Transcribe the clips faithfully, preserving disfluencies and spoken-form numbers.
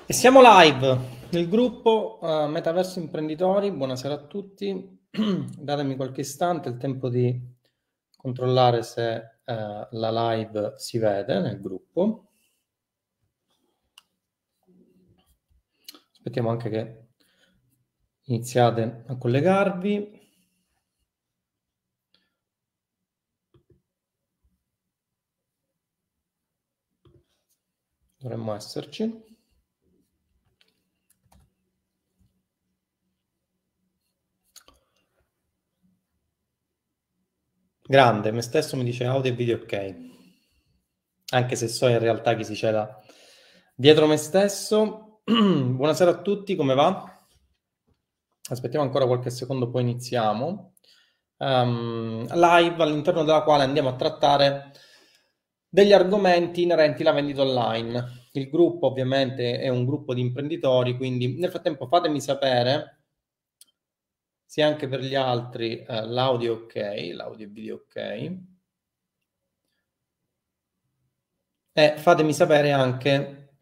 E siamo live nel gruppo eh, Metaverso Imprenditori. Buonasera a tutti. Datemi qualche istante, il tempo di controllare se eh, la live si vede nel gruppo. Aspettiamo anche che iniziate a collegarvi. Dovremmo esserci. Grande, me stesso mi dice audio e video ok. Anche se so in realtà chi si cela dietro me stesso. Buonasera a tutti, come va? Aspettiamo ancora qualche secondo, poi iniziamo. Um, live all'interno della quale andiamo a trattare degli argomenti inerenti alla vendita online. Il gruppo ovviamente è un gruppo di imprenditori, quindi nel frattempo fatemi sapere se anche per gli altri eh, l'audio è ok, l'audio e video ok. E fatemi sapere anche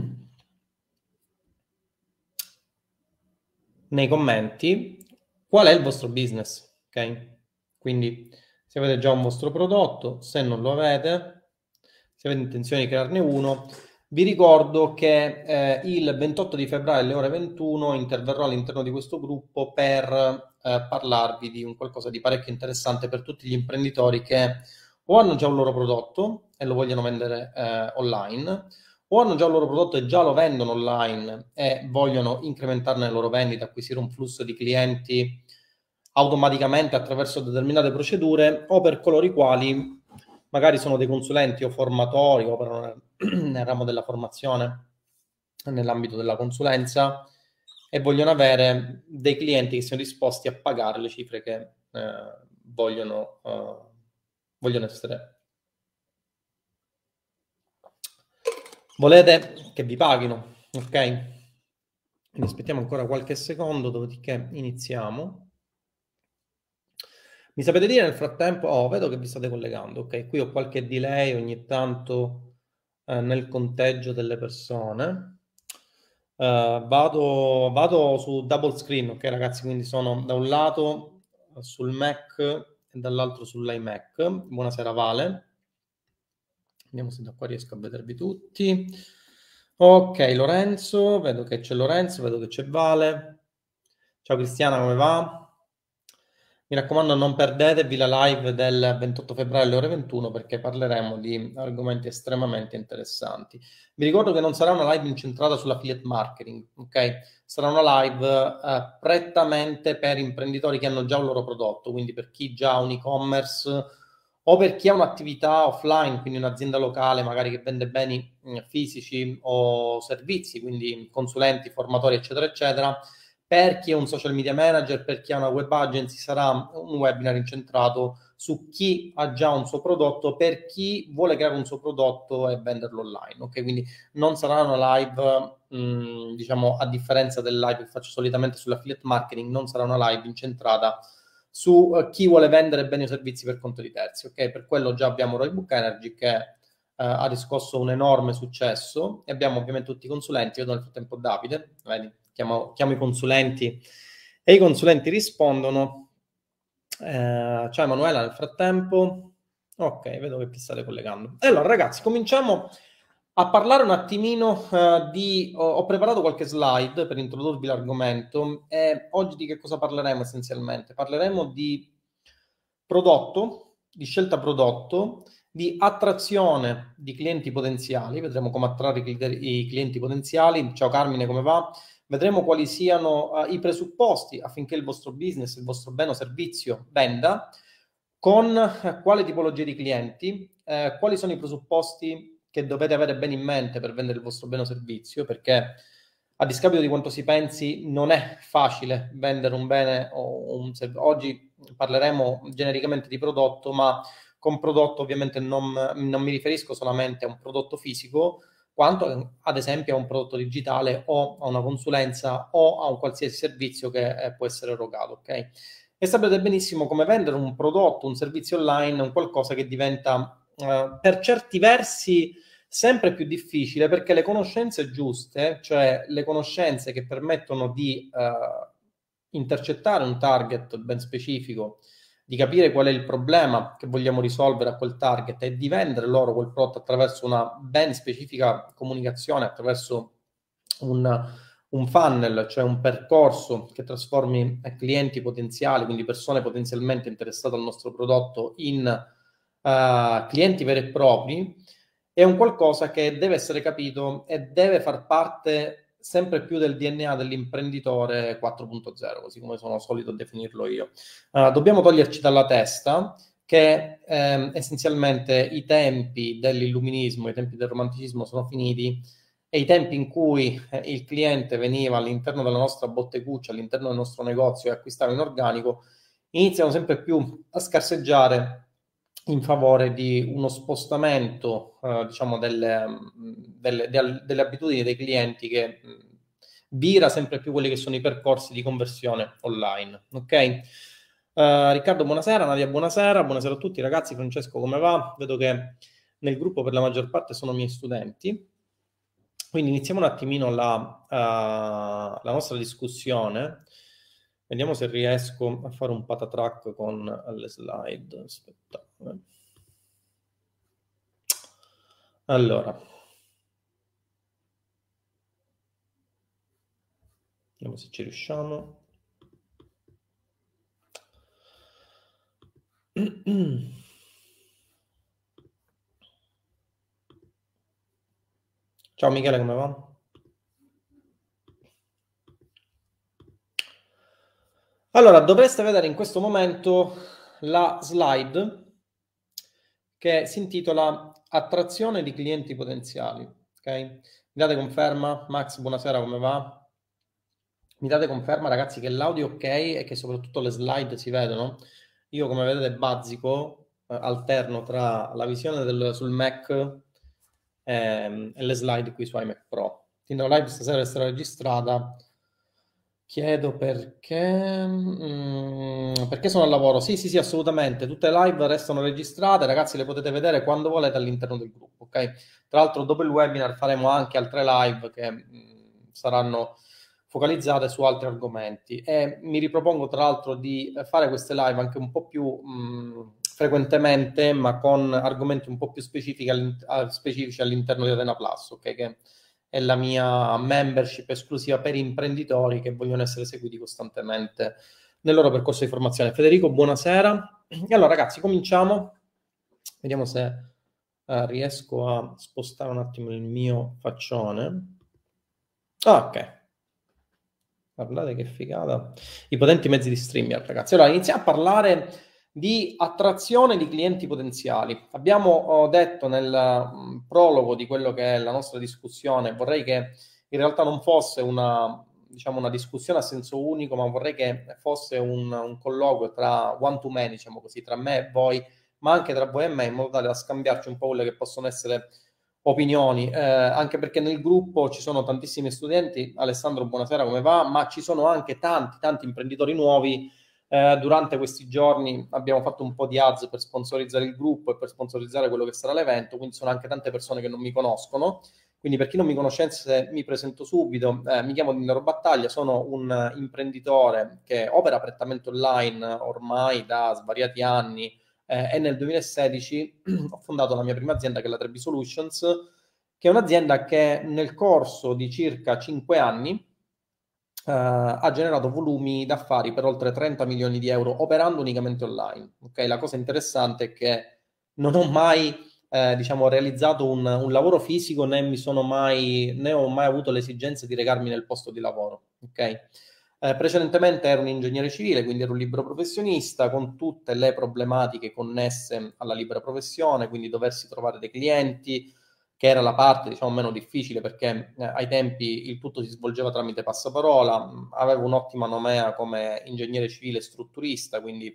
nei commenti qual è il vostro business, ok? Quindi se avete già un vostro prodotto, se non lo avete, se avete intenzione di crearne uno, vi ricordo che eh, il ventotto di febbraio alle ore ventuno interverrò all'interno di questo gruppo per eh, parlarvi di un qualcosa di parecchio interessante per tutti gli imprenditori che o hanno già un loro prodotto e lo vogliono vendere eh, online, o hanno già il loro prodotto e già lo vendono online e vogliono incrementarne le loro vendite, acquisire un flusso di clienti automaticamente attraverso determinate procedure, o per coloro i quali magari sono dei consulenti o formatori, operano nel ramo della formazione, nell'ambito della consulenza, e vogliono avere dei clienti che siano disposti a pagare le cifre che eh, vogliono, eh, vogliono essere. Volete che vi paghino, ok? Quindi aspettiamo ancora qualche secondo, dopodiché iniziamo. Mi sapete dire nel frattempo? Oh, vedo che vi state collegando, ok? Qui ho qualche delay ogni tanto eh, nel conteggio delle persone. Uh, vado, vado su double screen, ok ragazzi? Quindi sono da un lato sul Mac e dall'altro sull'iMac. Buonasera Vale. Vediamo se da qua riesco a vedervi tutti. Ok, Lorenzo, vedo che c'è Lorenzo, vedo che c'è Vale. Ciao Cristiana, come va? Mi raccomando, non perdetevi la live del ventotto febbraio alle ore ventuno perché parleremo di argomenti estremamente interessanti. Vi ricordo che non sarà una live incentrata sull'affiliate marketing, ok? Sarà una live eh, prettamente per imprenditori che hanno già un loro prodotto, quindi per chi già ha un e-commerce o per chi ha un'attività offline, quindi un'azienda locale magari che vende beni mh, fisici o servizi, quindi consulenti, formatori, eccetera, eccetera. Per chi è un social media manager, per chi ha una web agency, sarà un webinar incentrato su chi ha già un suo prodotto, per chi vuole creare un suo prodotto e venderlo online. Ok, quindi non sarà una live, mh, diciamo, a differenza del live che faccio solitamente sull'affiliate marketing, non sarà una live incentrata su uh, chi vuole vendere beni o servizi per conto di terzi. Ok, per quello già abbiamo Roybook Energy che uh, ha riscosso un enorme successo e abbiamo ovviamente tutti i consulenti. Vedo nel frattempo Davide, vedi? Chiamo, chiamo i consulenti e i consulenti rispondono. Eh, ciao Emanuela nel frattempo. Ok, vedo che vi state collegando. Allora ragazzi, cominciamo a parlare un attimino eh, di... Ho, ho preparato qualche slide per introdurvi l'argomento e oggi di che cosa parleremo essenzialmente? Parleremo di prodotto, di scelta prodotto, di attrazione di clienti potenziali. Vedremo come attrarre i, i clienti potenziali. Ciao Carmine, come va? Vedremo quali siano uh, i presupposti affinché il vostro business, il vostro bene o servizio venda, con uh, quale tipologia di clienti, uh, quali sono i presupposti che dovete avere bene in mente per vendere il vostro bene o servizio, perché a discapito di quanto si pensi non è facile vendere un bene o un servizio. Oggi parleremo genericamente di prodotto, ma con prodotto ovviamente non, non mi riferisco solamente a un prodotto fisico, quanto ad esempio a un prodotto digitale o a una consulenza o a un qualsiasi servizio che eh, può essere erogato, ok? E sapete benissimo come vendere un prodotto, un servizio online, un qualcosa che diventa eh, per certi versi sempre più difficile perché le conoscenze giuste, cioè le conoscenze che permettono di eh, intercettare un target ben specifico, di capire qual è il problema che vogliamo risolvere a quel target e di vendere loro quel prodotto attraverso una ben specifica comunicazione, attraverso un, un funnel, cioè un percorso che trasformi clienti potenziali, quindi persone potenzialmente interessate al nostro prodotto, in uh, clienti veri e propri, è un qualcosa che deve essere capito e deve far parte sempre più del D N A dell'imprenditore quattro punto zero, così come sono solito definirlo io. Uh, dobbiamo toglierci dalla testa che ehm, essenzialmente i tempi dell'illuminismo, i tempi del romanticismo sono finiti e i tempi in cui eh, il cliente veniva all'interno della nostra botteguccia, all'interno del nostro negozio e acquistava in organico, iniziano sempre più a scarseggiare in favore di uno spostamento, eh, diciamo, delle, delle, delle, delle abitudini dei clienti che mh, vira sempre più quelli che sono i percorsi di conversione online. Ok? Uh, Riccardo, buonasera. Nadia, buonasera. Buonasera a tutti ragazzi. Francesco, come va? Vedo che nel gruppo per la maggior parte sono miei studenti. Quindi iniziamo un attimino la, uh, la nostra discussione. Vediamo se riesco a fare un patatrack con le slide. Aspettate. Allora. Vediamo se ci riusciamo. Ciao Michele, come va? Allora, dovreste vedere in questo momento la slide che si intitola Attrazione di clienti potenziali. Ok? Mi date conferma? Max, buonasera, come va? Mi date conferma, ragazzi, che l'audio è ok e che soprattutto le slide si vedono? Io, come vedete, bazzico, eh, alterno tra la visione del, sul Mac ehm, e le slide qui su iMac Pro. Tinder Live stasera resterà registrata. Chiedo perché... mm, perché sono al lavoro? Sì, sì, sì, assolutamente. Tutte le live restano registrate, ragazzi, le potete vedere quando volete all'interno del gruppo, ok? Tra l'altro, dopo il webinar faremo anche altre live che mh, saranno focalizzate su altri argomenti e mi ripropongo tra l'altro di fare queste live anche un po' più mh, frequentemente, ma con argomenti un po' più specifici, all'in- specifici all'interno di Atena Plus, ok? Che è la mia membership esclusiva per imprenditori che vogliono essere seguiti costantemente nel loro percorso di formazione. Federico, buonasera. E allora ragazzi, cominciamo. Vediamo se uh, riesco a spostare un attimo il mio faccione. Ah, ok. Guardate che figata. I potenti mezzi di streaming, ragazzi. Allora, iniziamo a parlare di attrazione di clienti potenziali. Abbiamo oh, detto nel um, prologo di quello che è la nostra discussione, vorrei che in realtà non fosse una, diciamo, una discussione a senso unico, ma vorrei che fosse un, un colloquio tra one to many, diciamo così, tra me e voi, ma anche tra voi e me, in modo tale da scambiarci un po' quelle che possono essere opinioni, eh, anche perché nel gruppo ci sono tantissimi studenti. Alessandro, buonasera, come va? Ma ci sono anche tanti, tanti imprenditori nuovi. Eh, durante questi giorni abbiamo fatto un po' di ads per sponsorizzare il gruppo e per sponsorizzare quello che sarà l'evento, quindi sono anche tante persone che non mi conoscono. Quindi per chi non mi conoscesse mi presento subito, eh, mi chiamo Dinero Battaglia, sono un imprenditore che opera prettamente online ormai da svariati anni, eh, e nel duemilasedici ho fondato la mia prima azienda che è la tre B Solutions, che è un'azienda che nel corso di circa cinque anni Uh, ha generato volumi d'affari per oltre trenta milioni di euro operando unicamente online. Okay? La cosa interessante è che non ho mai eh, diciamo, realizzato un, un lavoro fisico né mi sono mai né ho mai avuto l'esigenza di recarmi nel posto di lavoro. Okay? Eh, precedentemente ero un ingegnere civile, quindi ero un libero professionista con tutte le problematiche connesse alla libera professione, quindi doversi trovare dei clienti, che era la parte diciamo meno difficile perché eh, ai tempi il tutto si svolgeva tramite passaparola. Avevo un'ottima nomea come ingegnere civile strutturista, quindi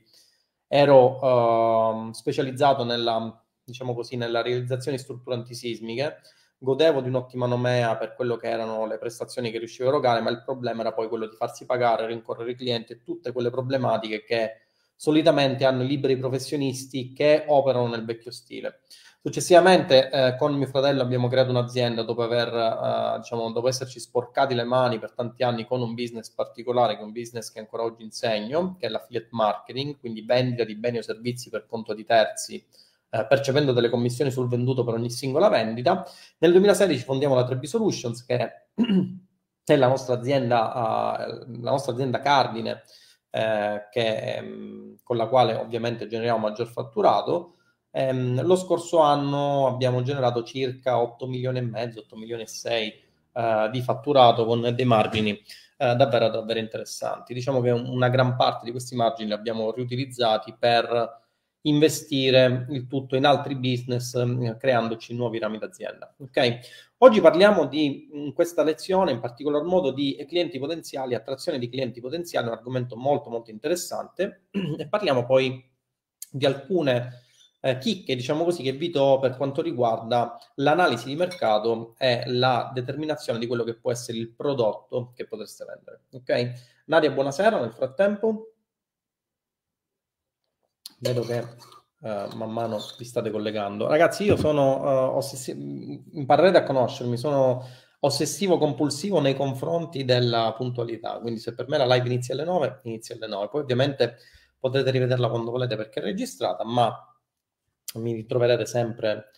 ero eh, specializzato nella, diciamo così, nella realizzazione di strutture antisismiche, godevo di un'ottima nomea per quello che erano le prestazioni che riuscivo a erogare, ma il problema era poi quello di farsi pagare, rincorrere i clienti e tutte quelle problematiche che solitamente hanno i liberi professionisti che operano nel vecchio stile. Successivamente eh, con mio fratello abbiamo creato un'azienda dopo aver, eh, diciamo, dopo esserci sporcati le mani per tanti anni con un business particolare, che è un business che ancora oggi insegno, che è l'affiliate marketing, quindi vendita di beni o servizi per conto di terzi, eh, percependo delle commissioni sul venduto per ogni singola vendita. Nel duemilasedici fondiamo la tre B Solutions, che è, è la nostra azienda, uh, la nostra azienda cardine, eh, che, um, con la quale ovviamente generiamo maggior fatturato. Um, lo scorso anno abbiamo generato circa otto milioni e mezzo, otto milioni e sei uh, di fatturato, con dei margini uh, davvero, davvero interessanti. Diciamo che una gran parte di questi margini li abbiamo riutilizzati per investire il tutto in altri business, uh, creandoci nuovi rami d'azienda. Ok? Oggi parliamo di, in questa lezione, in particolar modo di clienti potenziali, attrazione di clienti potenziali, un argomento molto molto interessante, e parliamo poi di alcune Eh, chicche, diciamo così, che vi do per quanto riguarda l'analisi di mercato e la determinazione di quello che può essere il prodotto che potreste vendere. Ok? Nadia, buonasera, nel frattempo. Vedo che uh, man mano vi state collegando. Ragazzi, io sono uh, ossessivo, imparerete a conoscermi, sono ossessivo compulsivo nei confronti della puntualità, quindi se per me la live inizia alle nove, inizia alle nove. Poi ovviamente potete rivederla quando volete perché è registrata, ma mi ritroverete sempre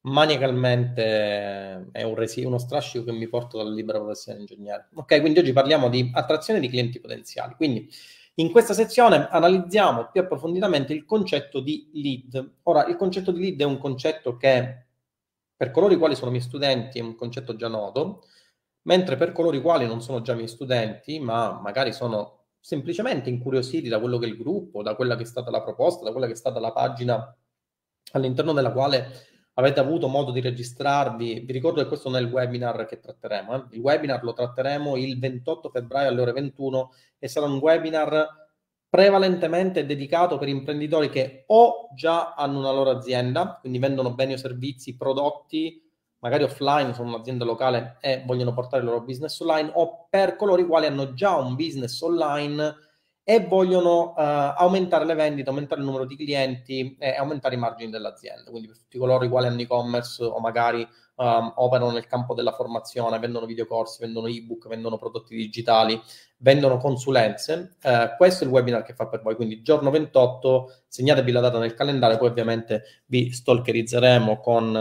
maniacalmente, è un resi- uno strascico che mi porto dalla libera professione ingegnere. Ok, quindi oggi parliamo di attrazione di clienti potenziali. Quindi in questa sezione analizziamo più approfonditamente il concetto di lead. Ora, il concetto di lead è un concetto che per coloro i quali sono miei studenti è un concetto già noto, mentre per coloro i quali non sono già miei studenti, ma magari sono semplicemente incuriositi da quello che è il gruppo, da quella che è stata la proposta, da quella che è stata la pagina all'interno della quale avete avuto modo di registrarvi. Vi ricordo che questo non è il webinar che tratteremo. Eh? Il webinar lo tratteremo il ventotto febbraio alle ore ventuno e sarà un webinar prevalentemente dedicato per imprenditori che o già hanno una loro azienda, quindi vendono beni o servizi, prodotti, magari offline, sono un'azienda locale e vogliono portare il loro business online, o per coloro i quali hanno già un business online e vogliono uh, aumentare le vendite, aumentare il numero di clienti e aumentare i margini dell'azienda. Quindi per tutti coloro i quali hanno e-commerce o magari um, operano nel campo della formazione, vendono videocorsi, vendono ebook, vendono prodotti digitali, vendono consulenze, uh, questo è il webinar che fa per voi. Quindi giorno ventotto, segnatevi la data nel calendario, poi ovviamente vi stalkerizzeremo con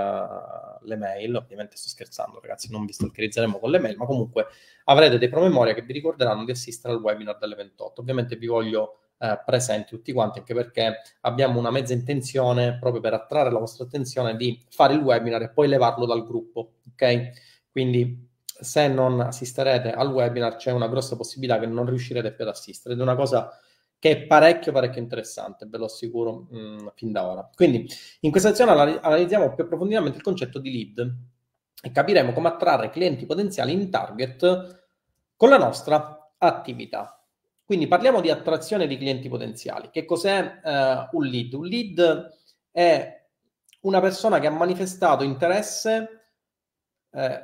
uh, le mail. Ovviamente sto scherzando ragazzi, non vi stalkerizzeremo con le mail, ma comunque avrete dei promemoria che vi ricorderanno di assistere al webinar delle ventotto. Ovviamente vi voglio eh, presenti tutti quanti, anche perché abbiamo una mezza intenzione, proprio per attrarre la vostra attenzione, di fare il webinar e poi levarlo dal gruppo, ok? Quindi se non assisterete al webinar c'è una grossa possibilità che non riuscirete più ad assistere, ed è una cosa che è parecchio parecchio interessante, ve lo assicuro mh, fin da ora. Quindi in questa sezione analizziamo più approfonditamente il concetto di lead e capiremo come attrarre clienti potenziali in target con la nostra attività. Quindi parliamo di attrazione di clienti potenziali. Che cos'è eh, un lead? Un lead è una persona che ha manifestato interesse, eh,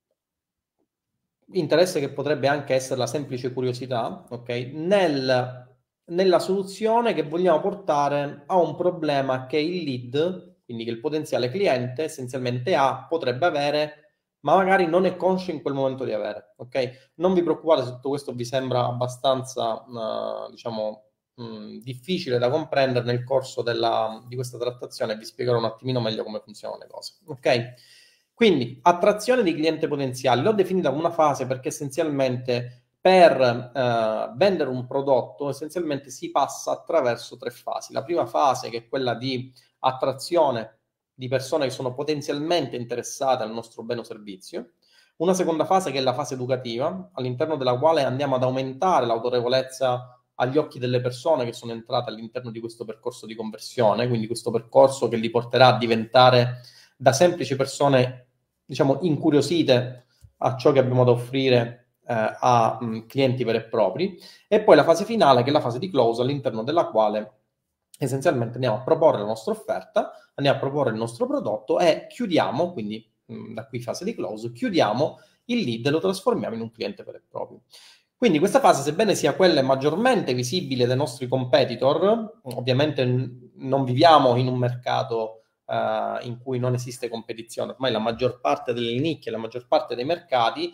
interesse che potrebbe anche essere la semplice curiosità, ok? Nel, nella soluzione che vogliamo portare a un problema che il lead, quindi che il potenziale cliente essenzialmente ha, potrebbe avere, ma magari non è conscio in quel momento di avere, ok? Non vi preoccupate se tutto questo vi sembra abbastanza, uh, diciamo, mh, difficile da comprendere. Nel corso della, di questa trattazione vi spiegherò un attimino meglio come funzionano le cose, ok? Quindi, attrazione di cliente potenziale, l'ho definita come una fase perché essenzialmente per eh, vendere un prodotto essenzialmente si passa attraverso tre fasi. La prima fase, che è quella di attrazione di persone che sono potenzialmente interessate al nostro bene o servizio. Una seconda fase che è la fase educativa, all'interno della quale andiamo ad aumentare l'autorevolezza agli occhi delle persone che sono entrate all'interno di questo percorso di conversione, quindi questo percorso che li porterà a diventare da semplici persone, diciamo, incuriosite a ciò che abbiamo da offrire eh, a mh, clienti veri e propri. E poi la fase finale, che è la fase di close, all'interno della quale essenzialmente andiamo a proporre la nostra offerta, andiamo a proporre il nostro prodotto e chiudiamo, quindi mh, da qui fase di close, chiudiamo il lead e lo trasformiamo in un cliente vero e proprio. Quindi questa fase, sebbene sia quella maggiormente visibile dai nostri competitor, ovviamente non viviamo in un mercato uh, in cui non esiste competizione, ormai la maggior parte delle nicchie, la maggior parte dei mercati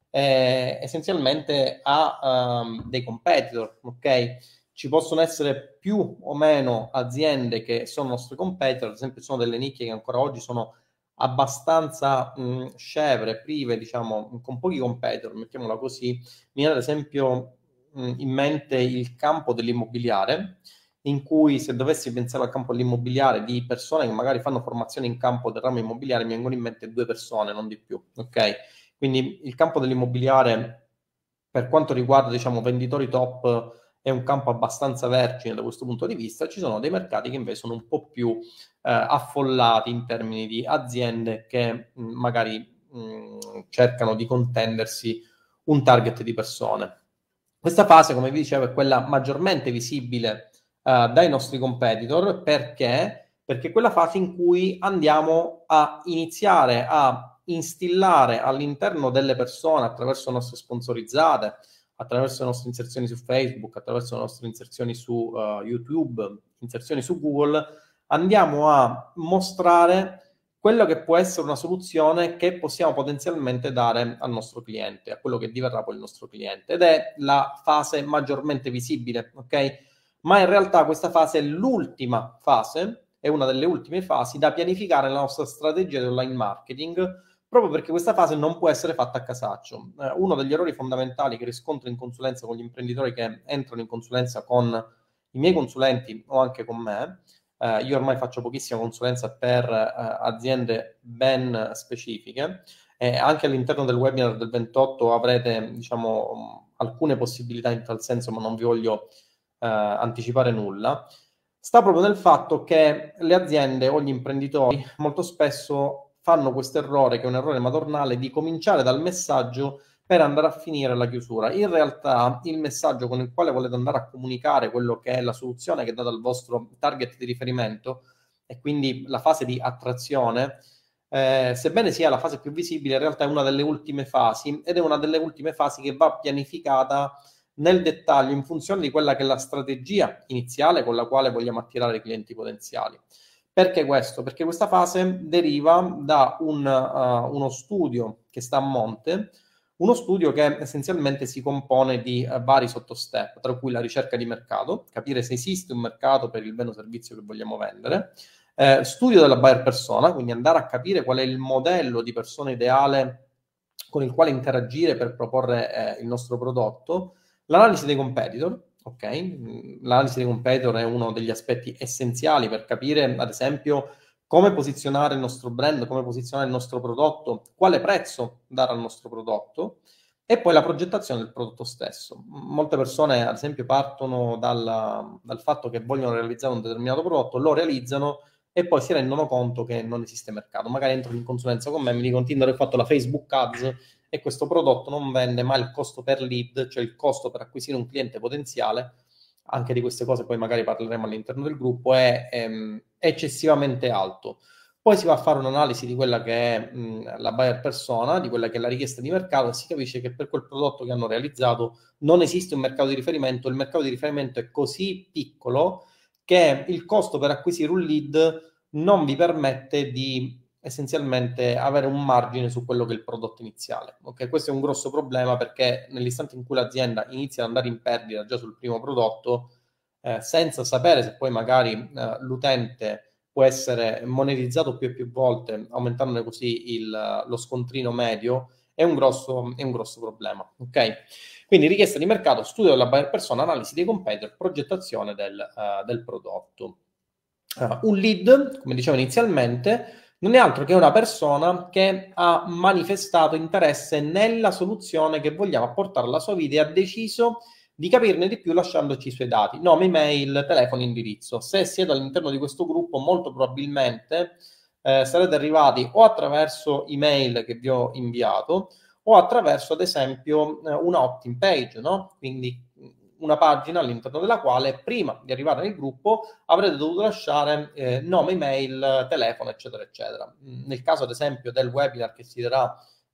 eh, essenzialmente ha um, dei competitor, ok? Ci possono essere più o meno aziende che sono nostri competitor, ad esempio sono delle nicchie che ancora oggi sono abbastanza mh, scevre, prive, diciamo, con pochi competitor, mettiamola così. Mi viene ad esempio mh, in mente il campo dell'immobiliare, in cui se dovessi pensare al campo dell'immobiliare di persone che magari fanno formazione in campo del ramo immobiliare, mi vengono in mente due persone, non di più, ok? Quindi il campo dell'immobiliare, per quanto riguarda, diciamo, venditori top, è un campo abbastanza vergine da questo punto di vista. Ci sono dei mercati che invece sono un po' più eh, affollati in termini di aziende che mh, magari mh, cercano di contendersi un target di persone. Questa fase, come vi dicevo, è quella maggiormente visibile eh, dai nostri competitor. Perché? Perché è quella fase in cui andiamo a iniziare a instillare all'interno delle persone, attraverso nostre sponsorizzate, attraverso le nostre inserzioni su Facebook, attraverso le nostre inserzioni su uh, YouTube, inserzioni su Google, andiamo a mostrare quello che può essere una soluzione che possiamo potenzialmente dare al nostro cliente, a quello che diverrà poi il nostro cliente, ed è la fase maggiormente visibile, ok? Ma in realtà questa fase è l'ultima fase, è una delle ultime fasi da pianificare nella nostra strategia di online marketing, proprio perché questa fase non può essere fatta a casaccio. Eh, uno degli errori fondamentali che riscontro in consulenza con gli imprenditori che entrano in consulenza con i miei consulenti o anche con me, eh, io ormai faccio pochissima consulenza per eh, aziende ben specifiche, e anche all'interno del webinar del ventotto avrete, diciamo, alcune possibilità in tal senso, ma non vi voglio eh, anticipare nulla. Sta proprio nel fatto che le aziende o gli imprenditori molto spesso fanno questo errore, che è un errore madornale, di cominciare dal messaggio per andare a finire alla chiusura. In realtà il messaggio con il quale volete andare a comunicare quello che è la soluzione che date al vostro target di riferimento, e quindi la fase di attrazione, eh, sebbene sia la fase più visibile, in realtà è una delle ultime fasi, ed è una delle ultime fasi che va pianificata nel dettaglio in funzione di quella che è la strategia iniziale con la quale vogliamo attirare i clienti potenziali. Perché questo? Perché questa fase deriva da un, uh, uno studio che sta a monte, uno studio che essenzialmente si compone di uh, vari sottostep, tra cui la ricerca di mercato, capire se esiste un mercato per il bene o servizio che vogliamo vendere, eh, studio della buyer persona, quindi andare a capire qual è il modello di persona ideale con il quale interagire per proporre eh, il nostro prodotto, l'analisi dei competitor. Ok, l'analisi dei competitor è uno degli aspetti essenziali per capire, ad esempio, come posizionare il nostro brand, come posizionare il nostro prodotto, quale prezzo dare al nostro prodotto, e poi la progettazione del prodotto stesso. Molte persone, ad esempio, partono dal, dal fatto che vogliono realizzare un determinato prodotto, lo realizzano e poi si rendono conto che non esiste mercato. Magari entrano in consulenza con me e mi dicono: Tinder, ho fatto la Facebook Ads e questo prodotto non vende, ma il costo per lead, cioè il costo per acquisire un cliente potenziale, anche di queste cose poi magari parleremo all'interno del gruppo, è ehm, eccessivamente alto. Poi si va a fare un'analisi di quella che è mh, la buyer persona, di quella che è la richiesta di mercato, e si capisce che per quel prodotto che hanno realizzato non esiste un mercato di riferimento. Il mercato di riferimento è così piccolo che il costo per acquisire un lead non vi permette di essenzialmente avere un margine su quello che è il prodotto iniziale. Ok, questo è un grosso problema, perché nell'istante in cui l'azienda inizia ad andare in perdita già sul primo prodotto, eh, senza sapere se poi magari eh, l'utente può essere monetizzato più e più volte, aumentandone così il, lo scontrino medio, è un grosso, è un grosso problema. Ok? Quindi richiesta di mercato, studio della buyer persona, analisi dei competitor, progettazione del, uh, del prodotto. Uh, un lead, come dicevo inizialmente, non è altro che una persona che ha manifestato interesse nella soluzione che vogliamo apportare alla sua vita e ha deciso di capirne di più lasciandoci i suoi dati, nome, email, telefono, indirizzo. Se siete all'interno di questo gruppo, molto probabilmente eh, sarete arrivati o attraverso email che vi ho inviato, o attraverso, ad esempio, eh, una opt-in page, no? Quindi una pagina all'interno della quale, prima di arrivare nel gruppo, avrete dovuto lasciare eh, nome, email, telefono, eccetera, eccetera. Nel caso, ad esempio, del webinar che si terrà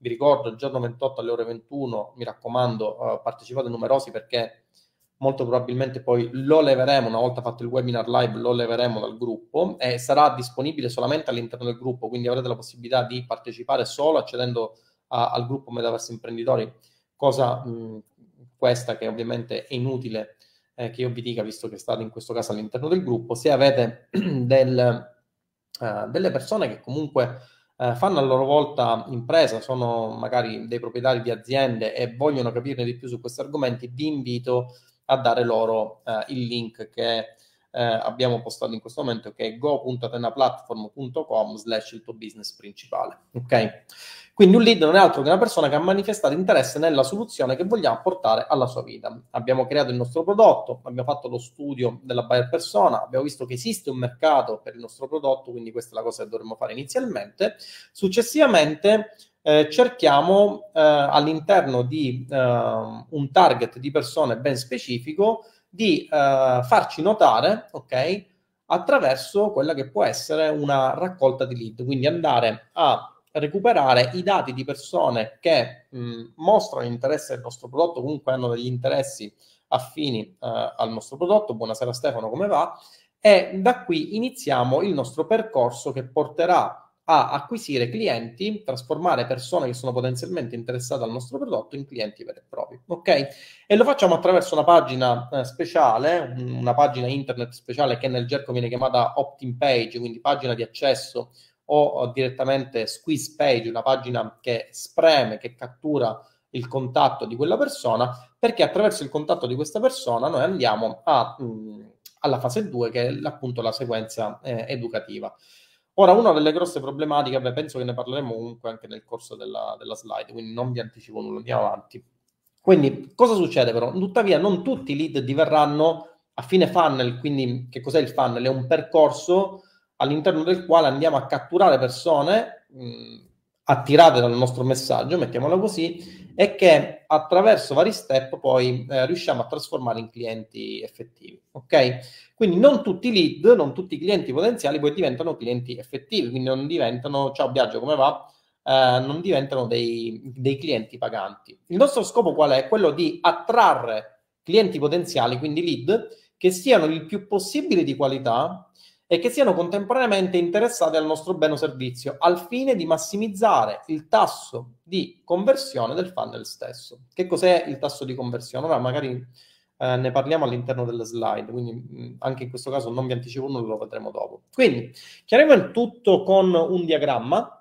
vi ricordo il giorno ventotto alle ore ventuno, mi raccomando, uh, partecipate numerosi perché molto probabilmente poi lo leveremo, una volta fatto il webinar live, lo leveremo dal gruppo e sarà disponibile solamente all'interno del gruppo, quindi avrete la possibilità di partecipare solo accedendo a, al gruppo Metaverso Imprenditori, cosa mh, questa che ovviamente è inutile eh, che io vi dica, visto che state in questo caso all'interno del gruppo. Se avete del, uh, delle persone che comunque uh, fanno a loro volta impresa, sono magari dei proprietari di aziende e vogliono capirne di più su questi argomenti, vi invito a dare loro eh, il link che eh, abbiamo postato in questo momento, che è go punto atenaplatform punto com slash il tuo business principale. Ok? Quindi un lead non è altro che una persona che ha manifestato interesse nella soluzione che vogliamo portare alla sua vita. Abbiamo creato il nostro prodotto, abbiamo fatto lo studio della buyer persona, abbiamo visto che esiste un mercato per il nostro prodotto, quindi questa è la cosa che dovremmo fare inizialmente. Successivamente Eh, cerchiamo eh, all'interno di eh, un target di persone ben specifico di eh, farci notare, ok, attraverso quella che può essere una raccolta di lead, quindi andare a recuperare i dati di persone che mh, mostrano interesse al nostro prodotto, comunque hanno degli interessi affini eh, al nostro prodotto. Buonasera Stefano, come va? E da qui iniziamo il nostro percorso che porterà a acquisire clienti, trasformare persone che sono potenzialmente interessate al nostro prodotto in clienti veri e propri, ok? E lo facciamo attraverso una pagina eh, speciale, una pagina internet speciale che nel gergo viene chiamata opt-in page, quindi pagina di accesso o, o direttamente squeeze page, una pagina che spreme, che cattura il contatto di quella persona, perché attraverso il contatto di questa persona noi andiamo a, mh, alla fase due, che è appunto la sequenza eh, educativa. Ora, una delle grosse problematiche, beh, penso che ne parleremo comunque anche nel corso della, della slide, quindi non vi anticipo nulla, andiamo avanti. Quindi, cosa succede però? Tuttavia, non tutti i lead diverranno a fine funnel, quindi che cos'è il funnel? È un percorso all'interno del quale andiamo a catturare persone mh, attirate dal nostro messaggio, mettiamola così, e che attraverso vari step poi eh, riusciamo a trasformare in clienti effettivi, ok? Quindi non tutti i lead, non tutti i clienti potenziali poi diventano clienti effettivi, quindi non diventano, ciao Biagio, come va? Eh, non diventano dei, dei clienti paganti. Il nostro scopo qual è? Quello di attrarre clienti potenziali, quindi lead, che siano il più possibile di qualità e che siano contemporaneamente interessati al nostro bene o servizio, al fine di massimizzare il tasso di conversione del funnel stesso. Che cos'è il tasso di conversione? Ora magari eh, ne parliamo all'interno delle slide, quindi mh, anche in questo caso non vi anticipo nulla, lo vedremo dopo. Quindi chiariamo il tutto con un diagramma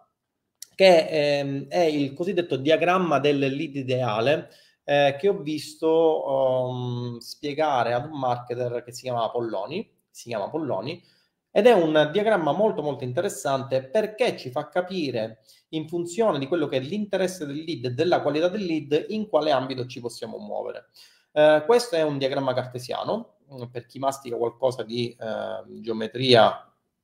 che ehm, è il cosiddetto diagramma del lead ideale, eh, che ho visto um, spiegare ad un marketer che si chiama Polloni, si chiama Polloni, ed è un diagramma molto molto interessante perché ci fa capire in funzione di quello che è l'interesse del lead e della qualità del lead in quale ambito ci possiamo muovere. Eh, questo è un diagramma cartesiano, per chi mastica qualcosa di eh, geometria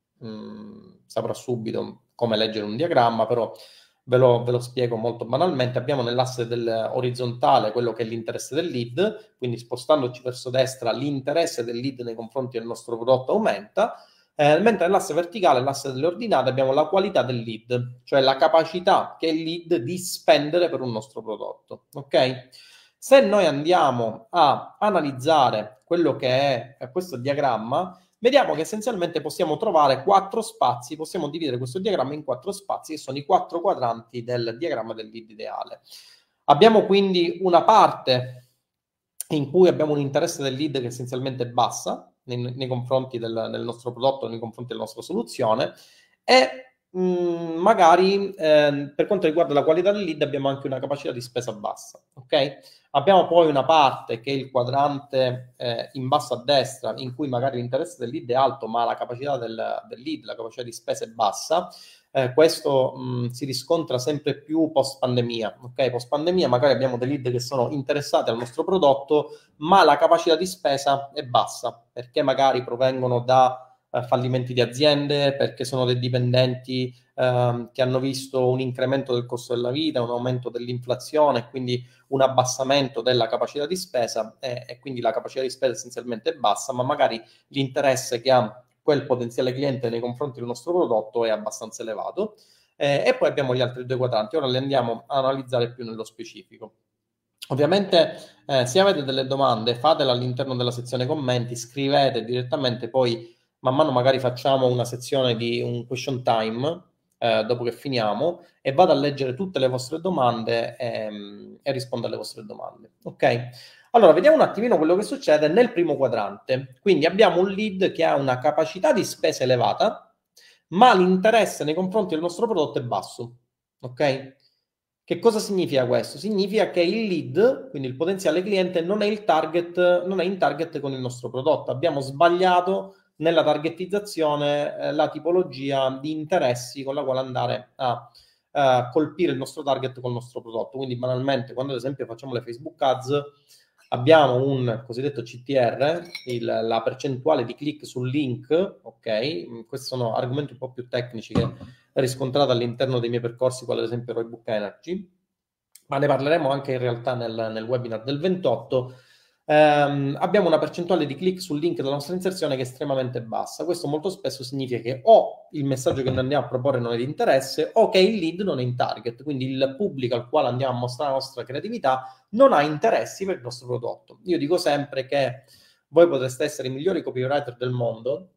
mh, saprà subito come leggere un diagramma, però ve lo, ve lo spiego molto banalmente. Abbiamo nell'asse del orizzontale quello che è l'interesse del lead, quindi spostandoci verso destra l'interesse del lead nei confronti del nostro prodotto aumenta, eh, mentre nell'asse verticale, l'asse delle ordinate, abbiamo la qualità del lead, cioè la capacità che il lead di spendere per un nostro prodotto, ok? Se noi andiamo a analizzare quello che è questo diagramma, vediamo che essenzialmente possiamo trovare quattro spazi, possiamo dividere questo diagramma in quattro spazi, che sono i quattro quadranti del diagramma del lead ideale. Abbiamo quindi una parte in cui abbiamo un interesse del lead che essenzialmente è bassa nei, nei confronti del, del nostro prodotto, nei confronti della nostra soluzione, e mh, magari eh, per quanto riguarda la qualità del lead abbiamo anche una capacità di spesa bassa, ok? Abbiamo poi una parte che è il quadrante eh, in basso a destra, in cui magari l'interesse del lead è alto, ma la capacità del, del lead, la capacità di spesa è bassa. Eh, questo mh, si riscontra sempre più post pandemia, ok? Post pandemia magari abbiamo dei lead che sono interessati al nostro prodotto, ma la capacità di spesa è bassa, perché magari provengono da eh, fallimenti di aziende, perché sono dei dipendenti eh, che hanno visto un incremento del costo della vita, un aumento dell'inflazione, quindi un abbassamento della capacità di spesa eh, e quindi la capacità di spesa essenzialmente è bassa, ma magari l'interesse che ha quel potenziale cliente nei confronti del nostro prodotto è abbastanza elevato. Eh, e poi abbiamo gli altri due quadranti. Ora li andiamo a analizzare più nello specifico. Ovviamente, eh, se avete delle domande, fatele all'interno della sezione commenti, scrivete direttamente, poi man mano magari facciamo una sezione di un question time, eh, dopo che finiamo, e vado a leggere tutte le vostre domande ehm, e rispondo alle vostre domande. Ok? Allora, vediamo un attimino quello che succede nel primo quadrante. Quindi abbiamo un lead che ha una capacità di spesa elevata, ma l'interesse nei confronti del nostro prodotto è basso. Ok? Che cosa significa questo? Significa che il lead, quindi il potenziale cliente, non è il target, non è in target con il nostro prodotto. Abbiamo sbagliato nella targetizzazione eh, la tipologia di interessi con la quale andare a uh, colpire il nostro target col nostro prodotto. Quindi banalmente, quando ad esempio facciamo le Facebook Ads, abbiamo un cosiddetto C T R, il, la percentuale di click sul link, ok? Questi sono argomenti un po' più tecnici che riscontrato all'interno dei miei percorsi, quale ad esempio Roybook Energy, ma ne parleremo anche in realtà nel, nel webinar del ventotto. Um, abbiamo una percentuale di click sul link della nostra inserzione che è estremamente bassa. Questo molto spesso significa che o il messaggio che noi andiamo a proporre non è di interesse o che il lead non è in target, quindi il pubblico al quale andiamo a mostrare la nostra creatività non ha interessi per il nostro prodotto. Io dico sempre che voi potreste essere i migliori copywriter del mondo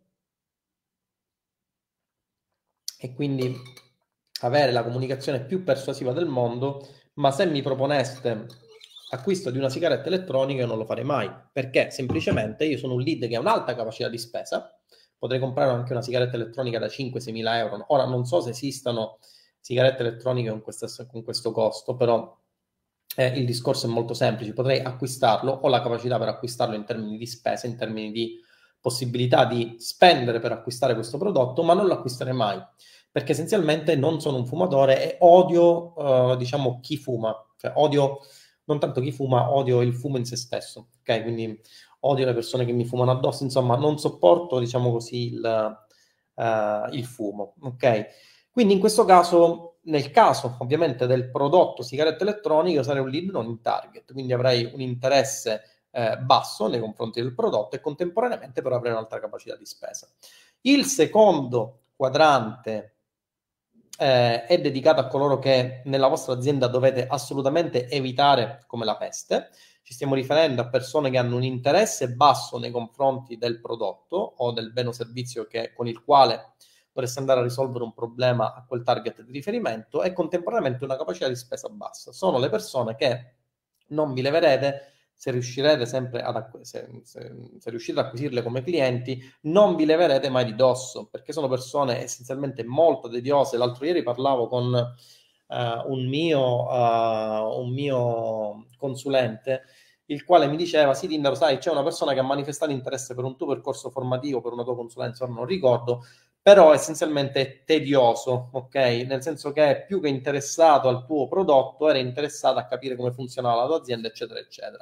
e quindi avere la comunicazione più persuasiva del mondo, ma se mi proponeste acquisto di una sigaretta elettronica io non lo farei mai, perché semplicemente io sono un lead che ha un'alta capacità di spesa, potrei comprare anche una sigaretta elettronica da cinque-sei mila euro, ora non so se esistano sigarette elettroniche con, questa, con questo costo, però eh, il discorso è molto semplice, potrei acquistarlo, ho la capacità per acquistarlo in termini di spesa, in termini di possibilità di spendere per acquistare questo prodotto, ma non lo acquisterei mai, perché essenzialmente non sono un fumatore e odio, eh, diciamo, chi fuma, cioè odio non tanto chi fuma, odio il fumo in se stesso, ok? Quindi odio le persone che mi fumano addosso, insomma, non sopporto, diciamo così, il, uh, il fumo, ok? Quindi in questo caso, nel caso ovviamente del prodotto sigaretta elettronica, io sarei un lead non in target, quindi avrei un interesse eh, basso nei confronti del prodotto e contemporaneamente però avrei un'altra capacità di spesa. Il secondo quadrante eh, è dedicato a coloro che nella vostra azienda dovete assolutamente evitare come la peste. Ci stiamo riferendo a persone che hanno un interesse basso nei confronti del prodotto o del bene o servizio che, con il quale dovreste andare a risolvere un problema a quel target di riferimento e contemporaneamente una capacità di spesa bassa. Sono le persone che non vi leverete se riuscirete sempre ad acqu- se, se, se riuscite ad acquisirle come clienti, non vi leverete mai di dosso, perché sono persone essenzialmente molto tediose. L'altro ieri parlavo con uh, un, mio, uh, un mio consulente, il quale mi diceva: sì, Tindaro, sai, c'è una persona che ha manifestato interesse per un tuo percorso formativo, per una tua consulenza, non ricordo, però essenzialmente è tedioso, ok? Nel senso che è più che interessato al tuo prodotto, era interessato a capire come funzionava la tua azienda, eccetera, eccetera.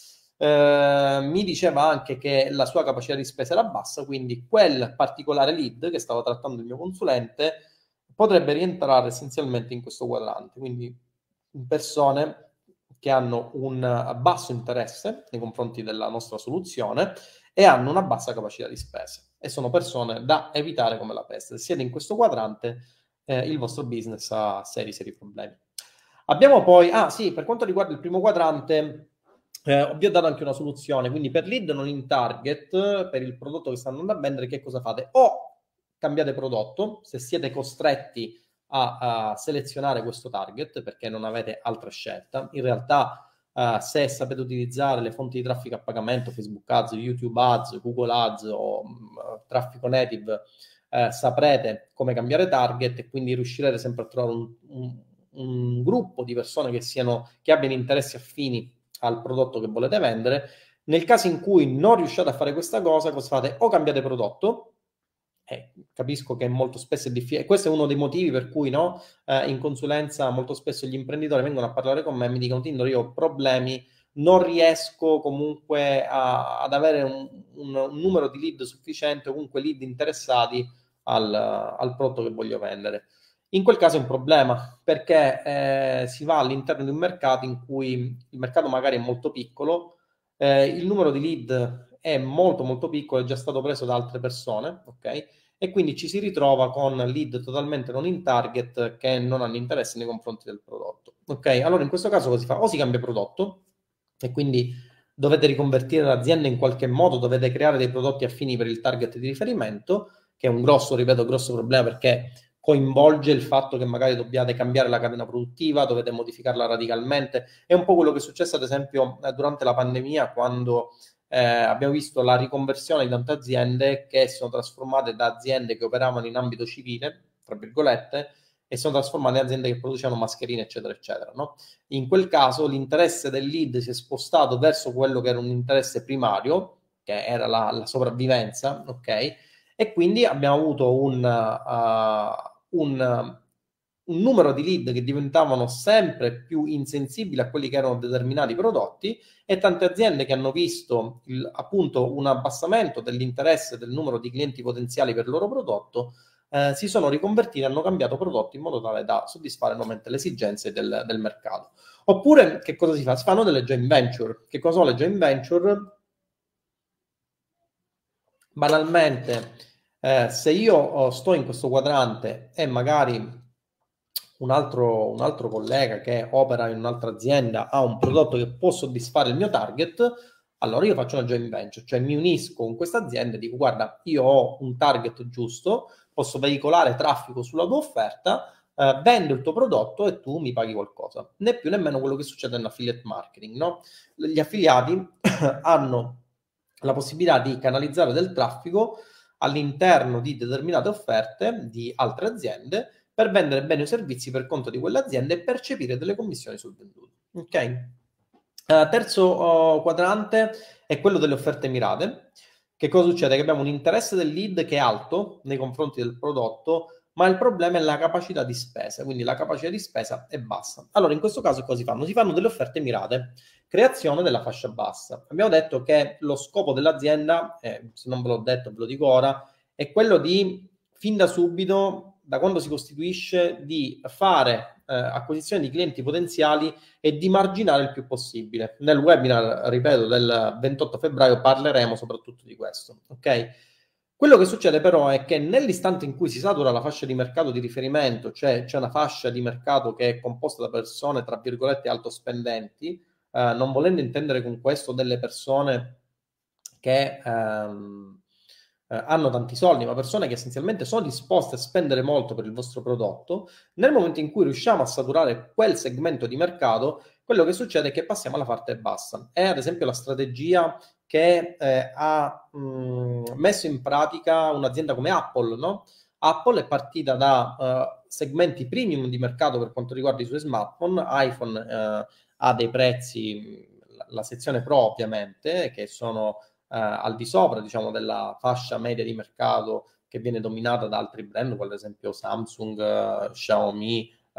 Eh, mi diceva anche che la sua capacità di spesa era bassa, quindi quel particolare lead che stava trattando il mio consulente potrebbe rientrare essenzialmente in questo quadrante, quindi persone che hanno un basso interesse nei confronti della nostra soluzione e hanno una bassa capacità di spesa e sono persone da evitare come la peste. Se siete in questo quadrante, eh, il vostro business ha seri, seri problemi. Abbiamo poi, ah sì, per quanto riguarda il primo quadrante, eh, vi ho dato anche una soluzione, quindi per lead non in target, per il prodotto che stanno andando a vendere, che cosa fate? O cambiate prodotto, se siete costretti a, a selezionare questo target perché non avete altra scelta. In realtà, uh, se sapete utilizzare le fonti di traffico a pagamento, Facebook Ads, YouTube Ads, Google Ads o um, traffico native, uh, saprete come cambiare target e quindi riuscirete sempre a trovare un, un, un gruppo di persone che, siano, che abbiano interessi affini al prodotto che volete vendere. Nel caso in cui non riusciate a fare questa cosa, cosa fate? O cambiate prodotto. Eh, capisco che molto spesso è difficile, questo è uno dei motivi per cui no, eh, in consulenza molto spesso gli imprenditori vengono a parlare con me e mi dicono: Tindaro, io ho problemi, non riesco comunque a, ad avere un, un, un numero di lead sufficiente, comunque lead interessati al, al prodotto che voglio vendere. In quel caso è un problema perché eh, si va all'interno di un mercato in cui il mercato magari è molto piccolo, eh, il numero di lead è molto molto piccolo, è già stato preso da altre persone, ok? e quindi ci si ritrova con lead totalmente non in target che non hanno interesse nei confronti del prodotto. Ok, allora in questo caso cosa si fa? O si cambia prodotto e quindi dovete riconvertire l'azienda in qualche modo, dovete creare dei prodotti affini per il target di riferimento, che è un grosso, ripeto, grosso problema perché coinvolge il fatto che magari dobbiate cambiare la catena produttiva, dovete modificarla radicalmente. È un po' quello che è successo ad esempio durante la pandemia, quando eh, abbiamo visto la riconversione di tante aziende che sono trasformate da aziende che operavano in ambito civile, tra virgolette, e sono trasformate in aziende che producevano mascherine, eccetera, eccetera, no? In quel caso l'interesse del lead si è spostato verso quello che era un interesse primario, che era la, la sopravvivenza, ok? E quindi abbiamo avuto un, uh, un, un numero di lead che diventavano sempre più insensibili a quelli che erano determinati prodotti e tante aziende che hanno visto il, appunto un abbassamento dell'interesse del numero di clienti potenziali per il loro prodotto, eh, si sono riconvertiti, hanno cambiato prodotti in modo tale da soddisfare nuovamente le esigenze del, del mercato. Oppure che cosa si fa? Si fanno delle joint venture. Che cosa sono le joint venture? Banalmente, eh, se io oh, sto in questo quadrante e magari un altro, un altro collega che opera in un'altra azienda ha un prodotto che può soddisfare il mio target, allora io faccio una joint venture, cioè mi unisco con questa azienda e dico guarda, io ho un target giusto, posso veicolare traffico sulla tua offerta, eh, vendo il tuo prodotto e tu mi paghi qualcosa. Né più né meno quello che succede in affiliate marketing, no? Gli affiliati hanno la possibilità di canalizzare del traffico all'interno di determinate offerte di altre aziende per vendere beni o servizi per conto di quell'azienda e percepire delle commissioni sul venduto. Ok? Uh, terzo uh, quadrante è quello delle offerte mirate. Che cosa succede? Che abbiamo un interesse del lead che è alto nei confronti del prodotto, ma il problema è la capacità di spesa, quindi la capacità di spesa è bassa. Allora, in questo caso cosa si fanno? Si fanno delle offerte mirate, creazione della fascia bassa. Abbiamo detto che lo scopo dell'azienda, eh, se non ve l'ho detto, ve lo dico ora, è quello di, fin da subito, da quando si costituisce, di fare eh, acquisizione di clienti potenziali e di marginare il più possibile. Nel webinar, ripeto, del ventotto febbraio parleremo soprattutto di questo, ok? Quello che succede però è che nell'istante in cui si satura la fascia di mercato di riferimento, cioè c'è una fascia di mercato che è composta da persone, tra virgolette, alto spendenti, eh, non volendo intendere con questo delle persone che ehm, eh, hanno tanti soldi, ma persone che essenzialmente sono disposte a spendere molto per il vostro prodotto, nel momento in cui riusciamo a saturare quel segmento di mercato, quello che succede è che passiamo alla parte bassa. È ad esempio la strategia che eh, ha mh, messo in pratica un'azienda come Apple, no? Apple è partita da uh, segmenti premium di mercato per quanto riguarda i suoi smartphone, iPhone uh, ha dei prezzi, la, la sezione Pro ovviamente, che sono Uh, al di sopra, diciamo, della fascia media di mercato che viene dominata da altri brand, come ad esempio Samsung, uh, Xiaomi uh,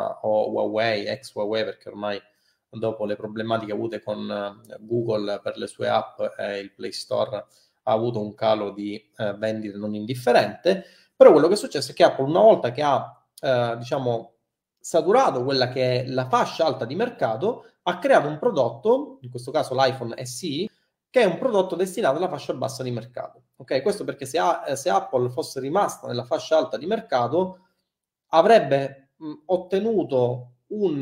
o Huawei, ex Huawei, perché ormai dopo le problematiche avute con uh, Google per le sue app e il Play Store ha avuto un calo di uh, vendite non indifferente. Però quello che è successo è che Apple, una volta che ha, uh, diciamo, saturato quella che è la fascia alta di mercato, ha creato un prodotto, in questo caso l'iPhone S E, che è un prodotto destinato alla fascia bassa di mercato. Ok, questo perché se, ha, se Apple fosse rimasta nella fascia alta di mercato, avrebbe mh, ottenuto un,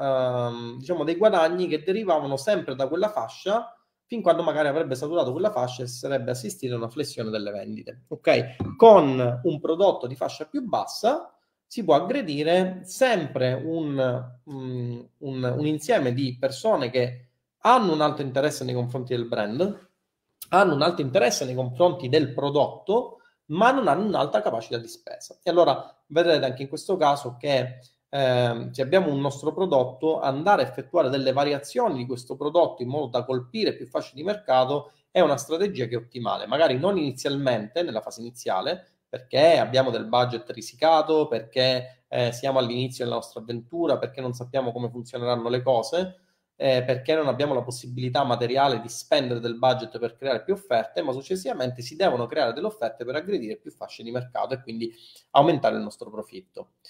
um, diciamo, dei guadagni che derivavano sempre da quella fascia, fin quando magari avrebbe saturato quella fascia e sarebbe assistito a una flessione delle vendite. Ok, con un prodotto di fascia più bassa si può aggredire sempre un, um, un, un insieme di persone che hanno un alto interesse nei confronti del brand, hanno un alto interesse nei confronti del prodotto, ma non hanno un'alta capacità di spesa. E allora vedrete anche in questo caso che eh, se abbiamo un nostro prodotto, andare a effettuare delle variazioni di questo prodotto in modo da colpire più fasce di mercato è una strategia che è ottimale, magari non inizialmente, nella fase iniziale, perché abbiamo del budget risicato, perché eh, siamo all'inizio della nostra avventura, perché non sappiamo come funzioneranno le cose, eh, perché non abbiamo la possibilità materiale di spendere del budget per creare più offerte, ma successivamente si devono creare delle offerte per aggredire più fasce di mercato e quindi aumentare il nostro profitto.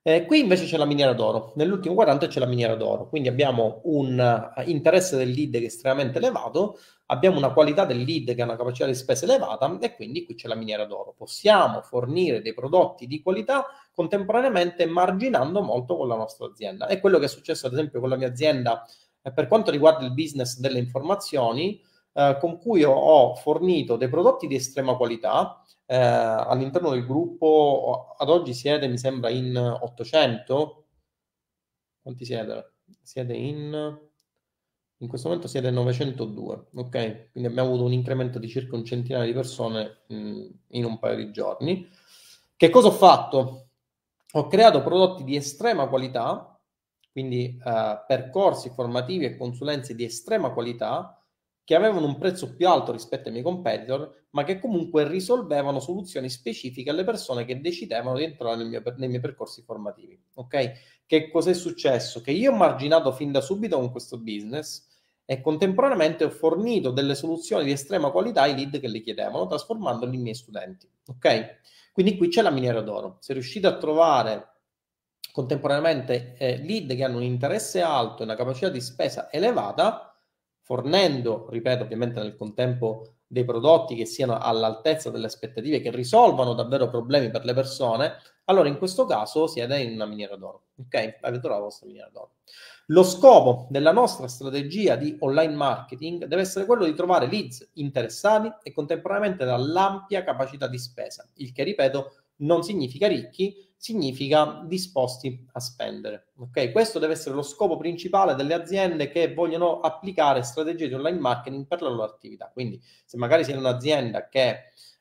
Eh, qui invece c'è la miniera d'oro, nell'ultimo quadrante c'è la miniera d'oro, quindi abbiamo un uh, interesse del lead che è estremamente elevato, abbiamo una qualità del lead che ha una capacità di spesa elevata e quindi qui c'è la miniera d'oro. Possiamo fornire dei prodotti di qualità contemporaneamente marginando molto con la nostra azienda. È quello che è successo ad esempio con la mia azienda eh, per quanto riguarda il business delle informazioni, eh, con cui ho, ho fornito dei prodotti di estrema qualità. Eh, all'interno del gruppo ad oggi siede, mi sembra, in ottocento. Quanti siete? Siede in... In questo momento siete novecentodue, ok? Quindi abbiamo avuto un incremento di circa un centinaio di persone mh, in un paio di giorni. Che cosa ho fatto? Ho creato prodotti di estrema qualità, quindi eh, percorsi formativi e consulenze di estrema qualità che avevano un prezzo più alto rispetto ai miei competitor, ma che comunque risolvevano soluzioni specifiche alle persone che decidevano di entrare nel mio, nei miei percorsi formativi. Ok? Che cos'è successo? Che io ho marginato fin da subito con questo business e contemporaneamente ho fornito delle soluzioni di estrema qualità ai lead che li chiedevano, trasformandoli in miei studenti. Ok? Quindi qui c'è la miniera d'oro. Se riuscite a trovare contemporaneamente eh, lead che hanno un interesse alto e una capacità di spesa elevata, fornendo, ripeto, ovviamente nel contempo dei prodotti che siano all'altezza delle aspettative, che risolvano davvero problemi per le persone, allora in questo caso siete in una miniera d'oro. Ok? Avete trovato la vostra miniera d'oro. Lo scopo della nostra strategia di online marketing deve essere quello di trovare leads interessati e contemporaneamente dall'ampia capacità di spesa, il che, ripeto, non significa ricchi, significa disposti a spendere. Ok? Questo deve essere lo scopo principale delle aziende che vogliono applicare strategie di online marketing per la loro attività. Quindi, se magari siete un'azienda che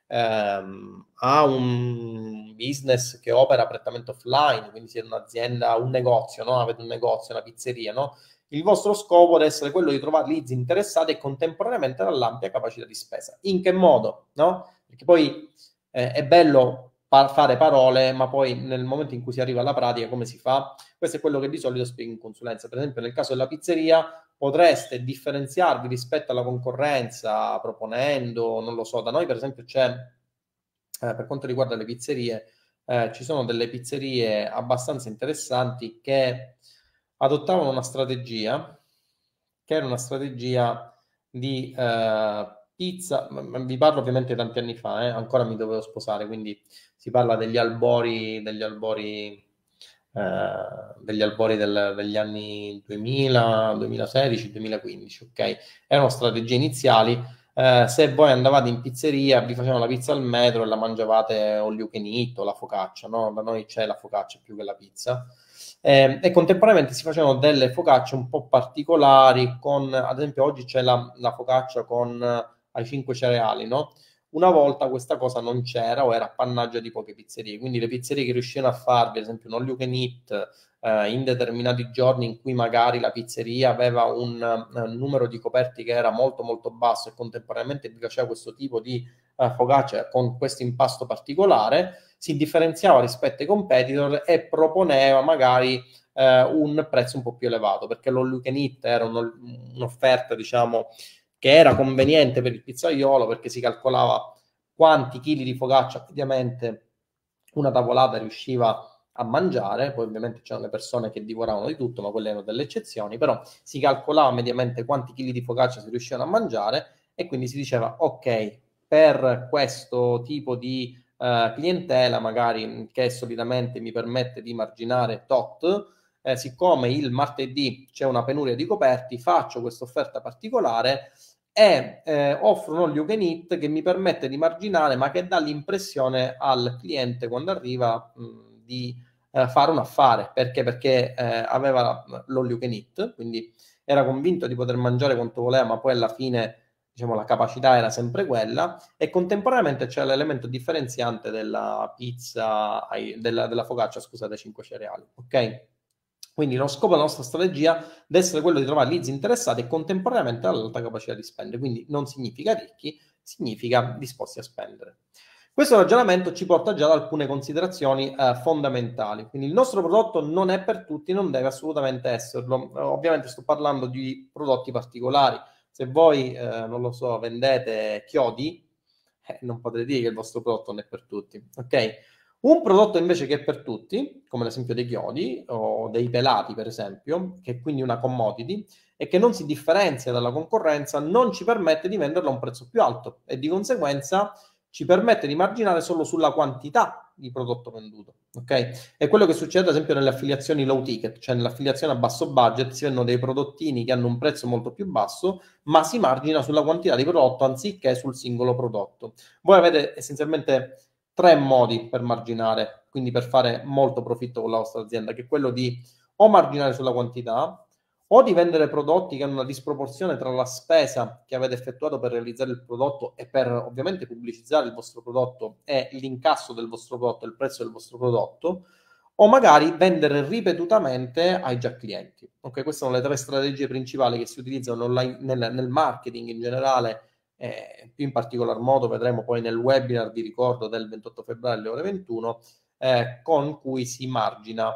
ehm, ha un business che opera prettamente offline, quindi siete un'azienda, un negozio, no? Avete un negozio, una pizzeria, no? Il vostro scopo deve essere quello di trovare leads interessati e contemporaneamente dall'ampia capacità di spesa. In che modo? No? Perché poi eh, è bello pa- fare parole, ma poi nel momento in cui si arriva alla pratica, come si fa? Questo è quello che di solito spiego in consulenza. Per esempio, nel caso della pizzeria, potreste differenziarvi rispetto alla concorrenza proponendo, non lo so, da noi per esempio c'è, eh, per quanto riguarda le pizzerie, eh, ci sono delle pizzerie abbastanza interessanti che adottavano una strategia, che era una strategia di eh, pizza, vi parlo ovviamente di tanti anni fa, eh, ancora mi dovevo sposare, quindi si parla degli albori, degli albori, eh, degli albori del- degli anni duemila, duemilasedici, duemilaquindici, ok? Erano strategie iniziali. Eh, se voi andavate in pizzeria, vi facevano la pizza al metro e la mangiavate all you can eat o la focaccia, no? Da noi c'è la focaccia più che la pizza. Eh, e contemporaneamente si facevano delle focacce un po' particolari, con, ad esempio, oggi c'è la, la focaccia con eh, ai cinque cereali, no? Una volta questa cosa non c'era o era appannaggio di poche pizzerie, quindi le pizzerie che riuscivano a farvi, ad esempio, un all you can eat eh, in determinati giorni in cui magari la pizzeria aveva un uh, numero di coperti che era molto molto basso e contemporaneamente vi faceva questo tipo di uh, focaccia con questo impasto particolare, si differenziava rispetto ai competitor e proponeva magari eh, un prezzo un po' più elevato, perché l'all you can eat era un, un'offerta, diciamo, che era conveniente per il pizzaiolo perché si calcolava quanti chili di focaccia ovviamente una tavolata riusciva a mangiare, poi ovviamente c'erano le persone che divoravano di tutto, ma quelle erano delle eccezioni, però si calcolava mediamente quanti chili di focaccia si riuscivano a mangiare e quindi si diceva ok, per questo tipo di uh, clientela, magari che solitamente mi permette di marginare tot, eh, siccome il martedì c'è una penuria di coperti, faccio questa offerta particolare e eh, offro un all you can eat che mi permette di marginare, ma che dà l'impressione al cliente quando arriva mh, di eh, fare un affare. Perché? Perché eh, aveva l'all you can eat, quindi era convinto di poter mangiare quanto voleva, ma poi alla fine, diciamo, la capacità era sempre quella, e contemporaneamente c'è l'elemento differenziante della pizza, della, della focaccia, scusate, cinque cereali, ok? Quindi lo scopo della nostra strategia deve essere quello di trovare leads interessati e contemporaneamente all'alta capacità di spendere, quindi non significa ricchi, significa disposti a spendere. Questo ragionamento ci porta già ad alcune considerazioni eh, fondamentali. Quindi il nostro prodotto non è per tutti, non deve assolutamente esserlo. Eh, ovviamente sto parlando di prodotti particolari. Se voi, eh, non lo so, vendete chiodi, eh, non potrete dire che il vostro prodotto non è per tutti, ok? Un prodotto invece che è per tutti, come l'esempio dei chiodi o dei pelati per esempio, che è quindi una commodity e che non si differenzia dalla concorrenza, non ci permette di venderlo a un prezzo più alto e di conseguenza ci permette di marginare solo sulla quantità di prodotto venduto, ok? È quello che succede ad esempio nelle affiliazioni low ticket, cioè nell'affiliazione a basso budget si vendono dei prodottini che hanno un prezzo molto più basso, ma si margina sulla quantità di prodotto anziché sul singolo prodotto. Voi avete essenzialmente tre modi per marginare, quindi per fare molto profitto con la vostra azienda, che è quello di o marginare sulla quantità, o di vendere prodotti che hanno una disproporzione tra la spesa che avete effettuato per realizzare il prodotto e per ovviamente pubblicizzare il vostro prodotto e l'incasso del vostro prodotto e il prezzo del vostro prodotto, o magari vendere ripetutamente ai già clienti. Ok, queste sono le tre strategie principali che si utilizzano online, nel, nel marketing in generale, eh, più in particolar modo vedremo poi nel webinar, vi ricordo, del ventotto febbraio alle ore ventuno, eh, con cui si margina,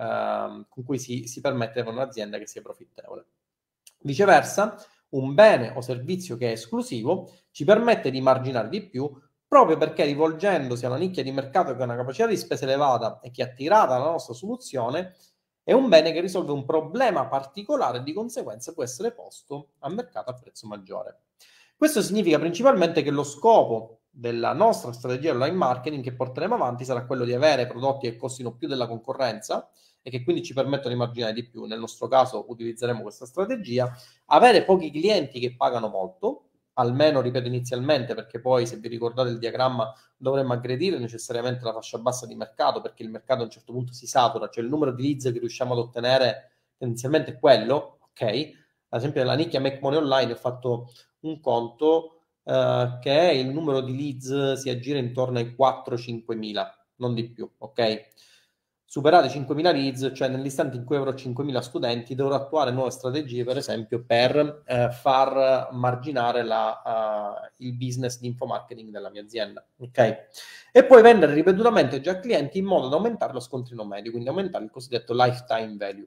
eh, con cui si, si permette a un'azienda che sia profittevole. Viceversa, un bene o servizio che è esclusivo ci permette di marginare di più proprio perché rivolgendosi a una nicchia di mercato che ha una capacità di spesa elevata e che è attirata alla nostra soluzione, è un bene che risolve un problema particolare e di conseguenza può essere posto al mercato a prezzo maggiore. Questo significa principalmente che lo scopo della nostra strategia online marketing che porteremo avanti sarà quello di avere prodotti che costino più della concorrenza e che quindi ci permettono di marginare di più. Nel nostro caso utilizzeremo questa strategia, avere pochi clienti che pagano molto, almeno, ripeto, inizialmente, perché poi se vi ricordate il diagramma dovremmo aggredire necessariamente la fascia bassa di mercato, perché il mercato a un certo punto si satura, cioè il numero di leads che riusciamo ad ottenere tendenzialmente è quello, ok? Ad esempio nella nicchia Make Money Online ho fatto un conto eh, che il numero di leads si aggira intorno ai quattro cinque mila, non di più, ok? Superate cinquemila leads, cioè nell'istante in cui avrò cinquemila studenti, dovrò attuare nuove strategie, per esempio, per eh, far marginare la, uh, il business di infomarketing della mia azienda, ok? E poi vendere ripetutamente già a clienti in modo da aumentare lo scontrino medio, quindi aumentare il cosiddetto lifetime value.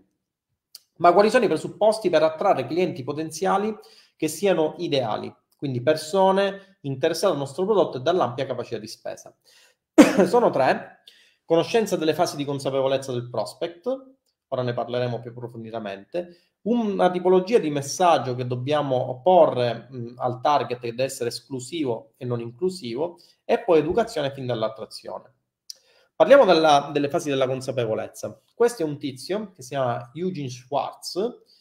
Ma quali sono i presupposti per attrarre clienti potenziali che siano ideali? Quindi persone interessate al nostro prodotto e dall'ampia capacità di spesa. Sono tre: conoscenza delle fasi di consapevolezza del prospect, ora ne parleremo più approfonditamente, una tipologia di messaggio che dobbiamo porre mh, al target che deve essere esclusivo e non inclusivo, e poi educazione fin dall'attrazione. Parliamo della, delle fasi della consapevolezza. Questo è un tizio che si chiama Eugene Schwartz,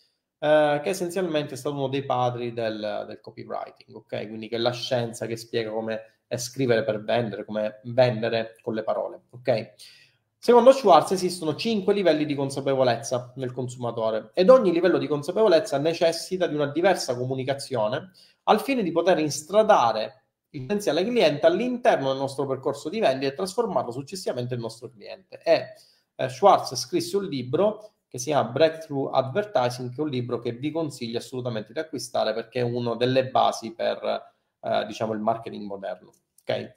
eh, che essenzialmente è stato uno dei padri del, del copywriting, ok? Quindi che è la scienza che spiega come scrivere per vendere, come vendere con le parole, ok? Secondo Schwartz esistono cinque livelli di consapevolezza nel consumatore ed ogni livello di consapevolezza necessita di una diversa comunicazione al fine di poter instradare il potenziale cliente all'interno del nostro percorso di vendita e trasformarlo successivamente in nostro cliente. E eh, Schwartz scrisse un libro che si chiama Breakthrough Advertising, che è un libro che vi consiglio assolutamente di acquistare perché è una delle basi per eh, diciamo il marketing moderno. Ok?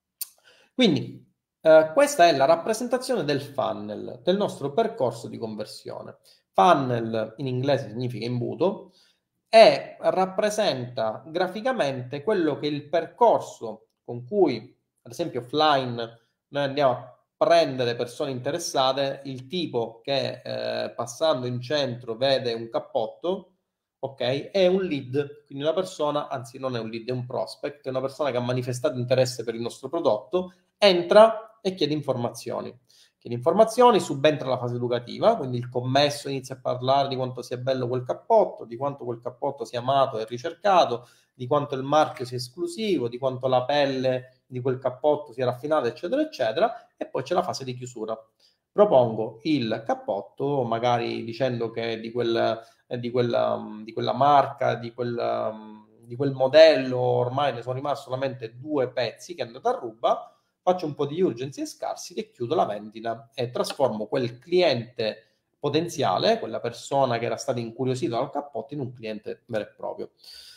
Quindi eh, questa è la rappresentazione del funnel, del nostro percorso di conversione. Funnel in inglese significa imbuto e rappresenta graficamente quello che è il percorso con cui, ad esempio offline, noi andiamo a prendere persone interessate, il tipo che eh, passando in centro vede un cappotto, ok, è un lead, quindi una persona, anzi non è un lead, è un prospect, è una persona che ha manifestato interesse per il nostro prodotto, entra e chiede informazioni. Chiede informazioni, subentra la fase educativa, quindi il commesso inizia a parlare di quanto sia bello quel cappotto, di quanto quel cappotto sia amato e ricercato, di quanto il marchio sia esclusivo, di quanto la pelle di quel cappotto sia raffinata, eccetera, eccetera, e poi c'è la fase di chiusura. Propongo il cappotto, magari dicendo che di, quel, di, quella, di quella marca, di quel, di quel modello, ormai ne sono rimasti solamente due pezzi che è andato a ruba, faccio un po' di urgency e scarsity e chiudo la vendita e trasformo quel cliente potenziale, quella persona che era stata incuriosita dal cappotto, in un cliente vero e proprio.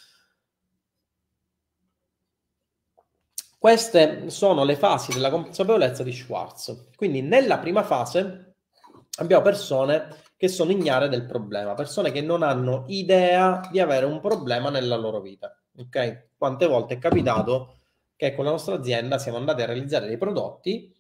Queste sono le fasi della consapevolezza di Schwartz. Quindi nella prima fase abbiamo persone che sono ignare del problema, persone che non hanno idea di avere un problema nella loro vita. Ok? Quante volte è capitato che con la nostra azienda siamo andati a realizzare dei prodotti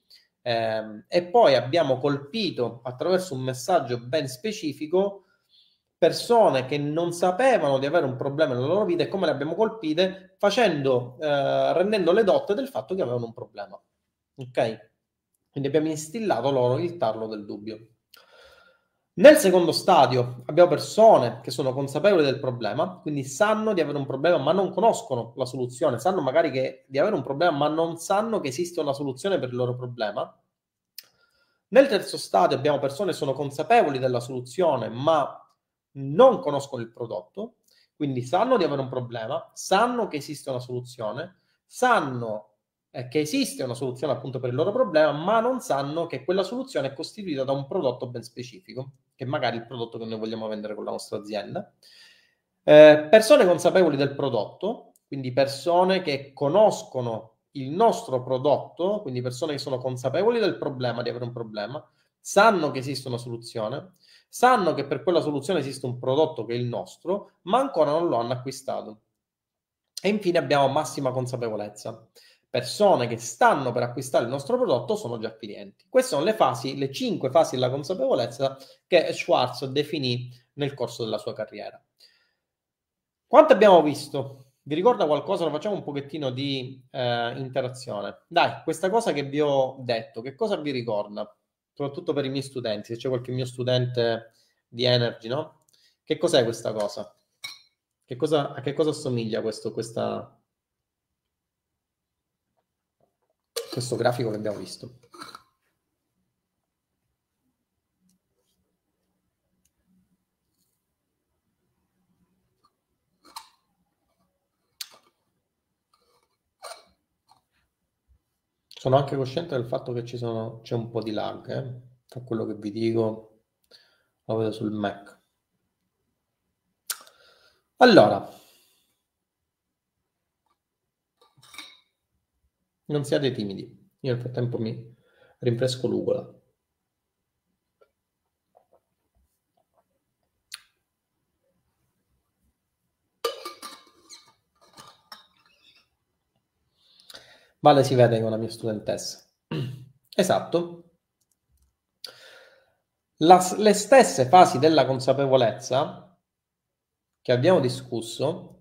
Eh, e poi abbiamo colpito attraverso un messaggio ben specifico persone che non sapevano di avere un problema nella loro vita, e come le abbiamo colpite? Facendo, eh, rendendo le dotte del fatto che avevano un problema. Ok? Quindi abbiamo instillato loro il tarlo del dubbio. Nel secondo stadio abbiamo persone che sono consapevoli del problema, quindi sanno di avere un problema ma non conoscono la soluzione, sanno magari che, di avere un problema ma non sanno che esiste una soluzione per il loro problema. Nel terzo stadio abbiamo persone che sono consapevoli della soluzione ma non conoscono il prodotto, quindi sanno di avere un problema, sanno che esiste una soluzione, sanno eh, che esiste una soluzione appunto per il loro problema, ma non sanno che quella soluzione è costituita da un prodotto ben specifico, che magari è il prodotto che noi vogliamo vendere con la nostra azienda. Eh, persone consapevoli del prodotto, quindi persone che conoscono il nostro prodotto, quindi persone che sono consapevoli del problema, di avere un problema, sanno che esiste una soluzione, sanno che per quella soluzione esiste un prodotto che è il nostro, ma ancora non lo hanno acquistato. E infine abbiamo massima consapevolezza. Persone che stanno per acquistare il nostro prodotto sono già clienti. Queste sono le fasi, le cinque fasi della consapevolezza che Schwartz definì nel corso della sua carriera. Quanto abbiamo visto? Vi ricorda qualcosa? Lo facciamo un pochettino di eh, interazione. Dai, questa cosa che vi ho detto, che cosa vi ricorda? Soprattutto per i miei studenti, se c'è qualche mio studente di Energy, no? Che cos'è questa cosa? Che cosa, a che cosa assomiglia questo, questa, questo grafico che abbiamo visto? Sono anche cosciente del fatto che ci sono, c'è un po' di lag, eh? Tra quello che vi dico, lo vedo sul Mac. Allora, non siate timidi. Io nel frattempo mi rinfresco l'ugola. Vale, si vede che è una mia studentessa. Esatto. La, le stesse fasi della consapevolezza che abbiamo discusso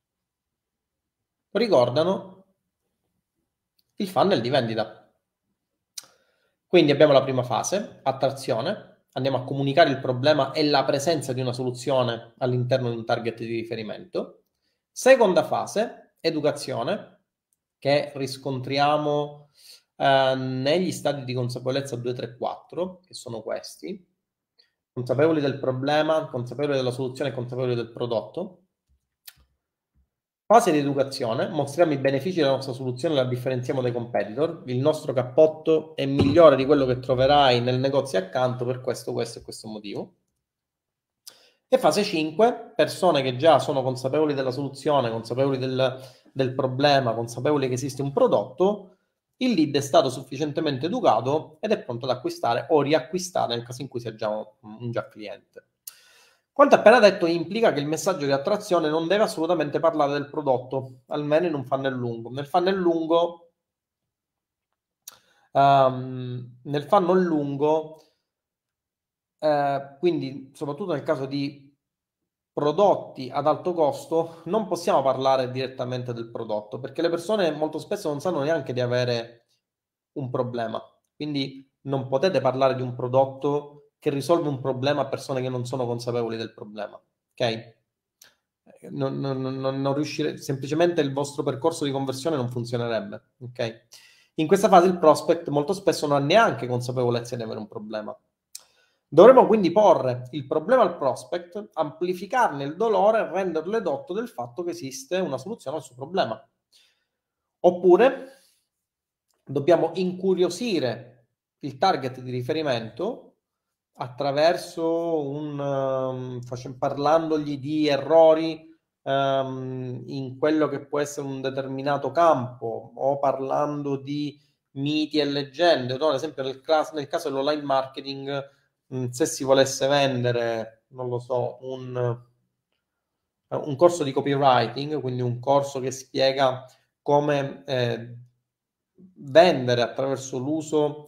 ricordano il funnel di vendita. Quindi abbiamo la prima fase, attrazione, andiamo a comunicare il problema e la presenza di una soluzione all'interno di un target di riferimento. Seconda fase, educazione, che riscontriamo eh, negli stadi di consapevolezza due, tre, quattro, che sono questi: consapevoli del problema, consapevoli della soluzione, consapevoli del prodotto. Fase di educazione, mostriamo i benefici della nostra soluzione e la differenziamo dai competitor. Il nostro cappotto è migliore di quello che troverai nel negozio accanto per questo, questo e questo motivo. E fase cinque, persone che già sono consapevoli della soluzione, consapevoli del, del problema, consapevoli che esiste un prodotto, il lead è stato sufficientemente educato ed è pronto ad acquistare o riacquistare nel caso in cui sia già un, un già cliente. Quanto appena detto implica che il messaggio di attrazione non deve assolutamente parlare del prodotto, almeno in un funnel lungo. Nel funnel lungo, um, nel funnel lungo eh, quindi soprattutto nel caso di prodotti ad alto costo, non possiamo parlare direttamente del prodotto, perché le persone molto spesso non sanno neanche di avere un problema. Quindi non potete parlare di un prodotto che risolve un problema a persone che non sono consapevoli del problema, ok? Non, non, non, non riuscire, semplicemente il vostro percorso di conversione non funzionerebbe, ok? In questa fase il prospect molto spesso non ha neanche consapevolezza di avere un problema. Dovremmo quindi porre il problema al prospect, amplificarne il dolore e renderlo edotto del fatto che esiste una soluzione al suo problema. Oppure dobbiamo incuriosire il target di riferimento attraverso un um, parlandogli di errori um, in quello che può essere un determinato campo, o parlando di miti e leggende, no? Ad esempio nel, clas- nel caso dell'online marketing, mh, se si volesse vendere, non lo so, un, un corso di copywriting, quindi un corso che spiega come eh, vendere attraverso l'uso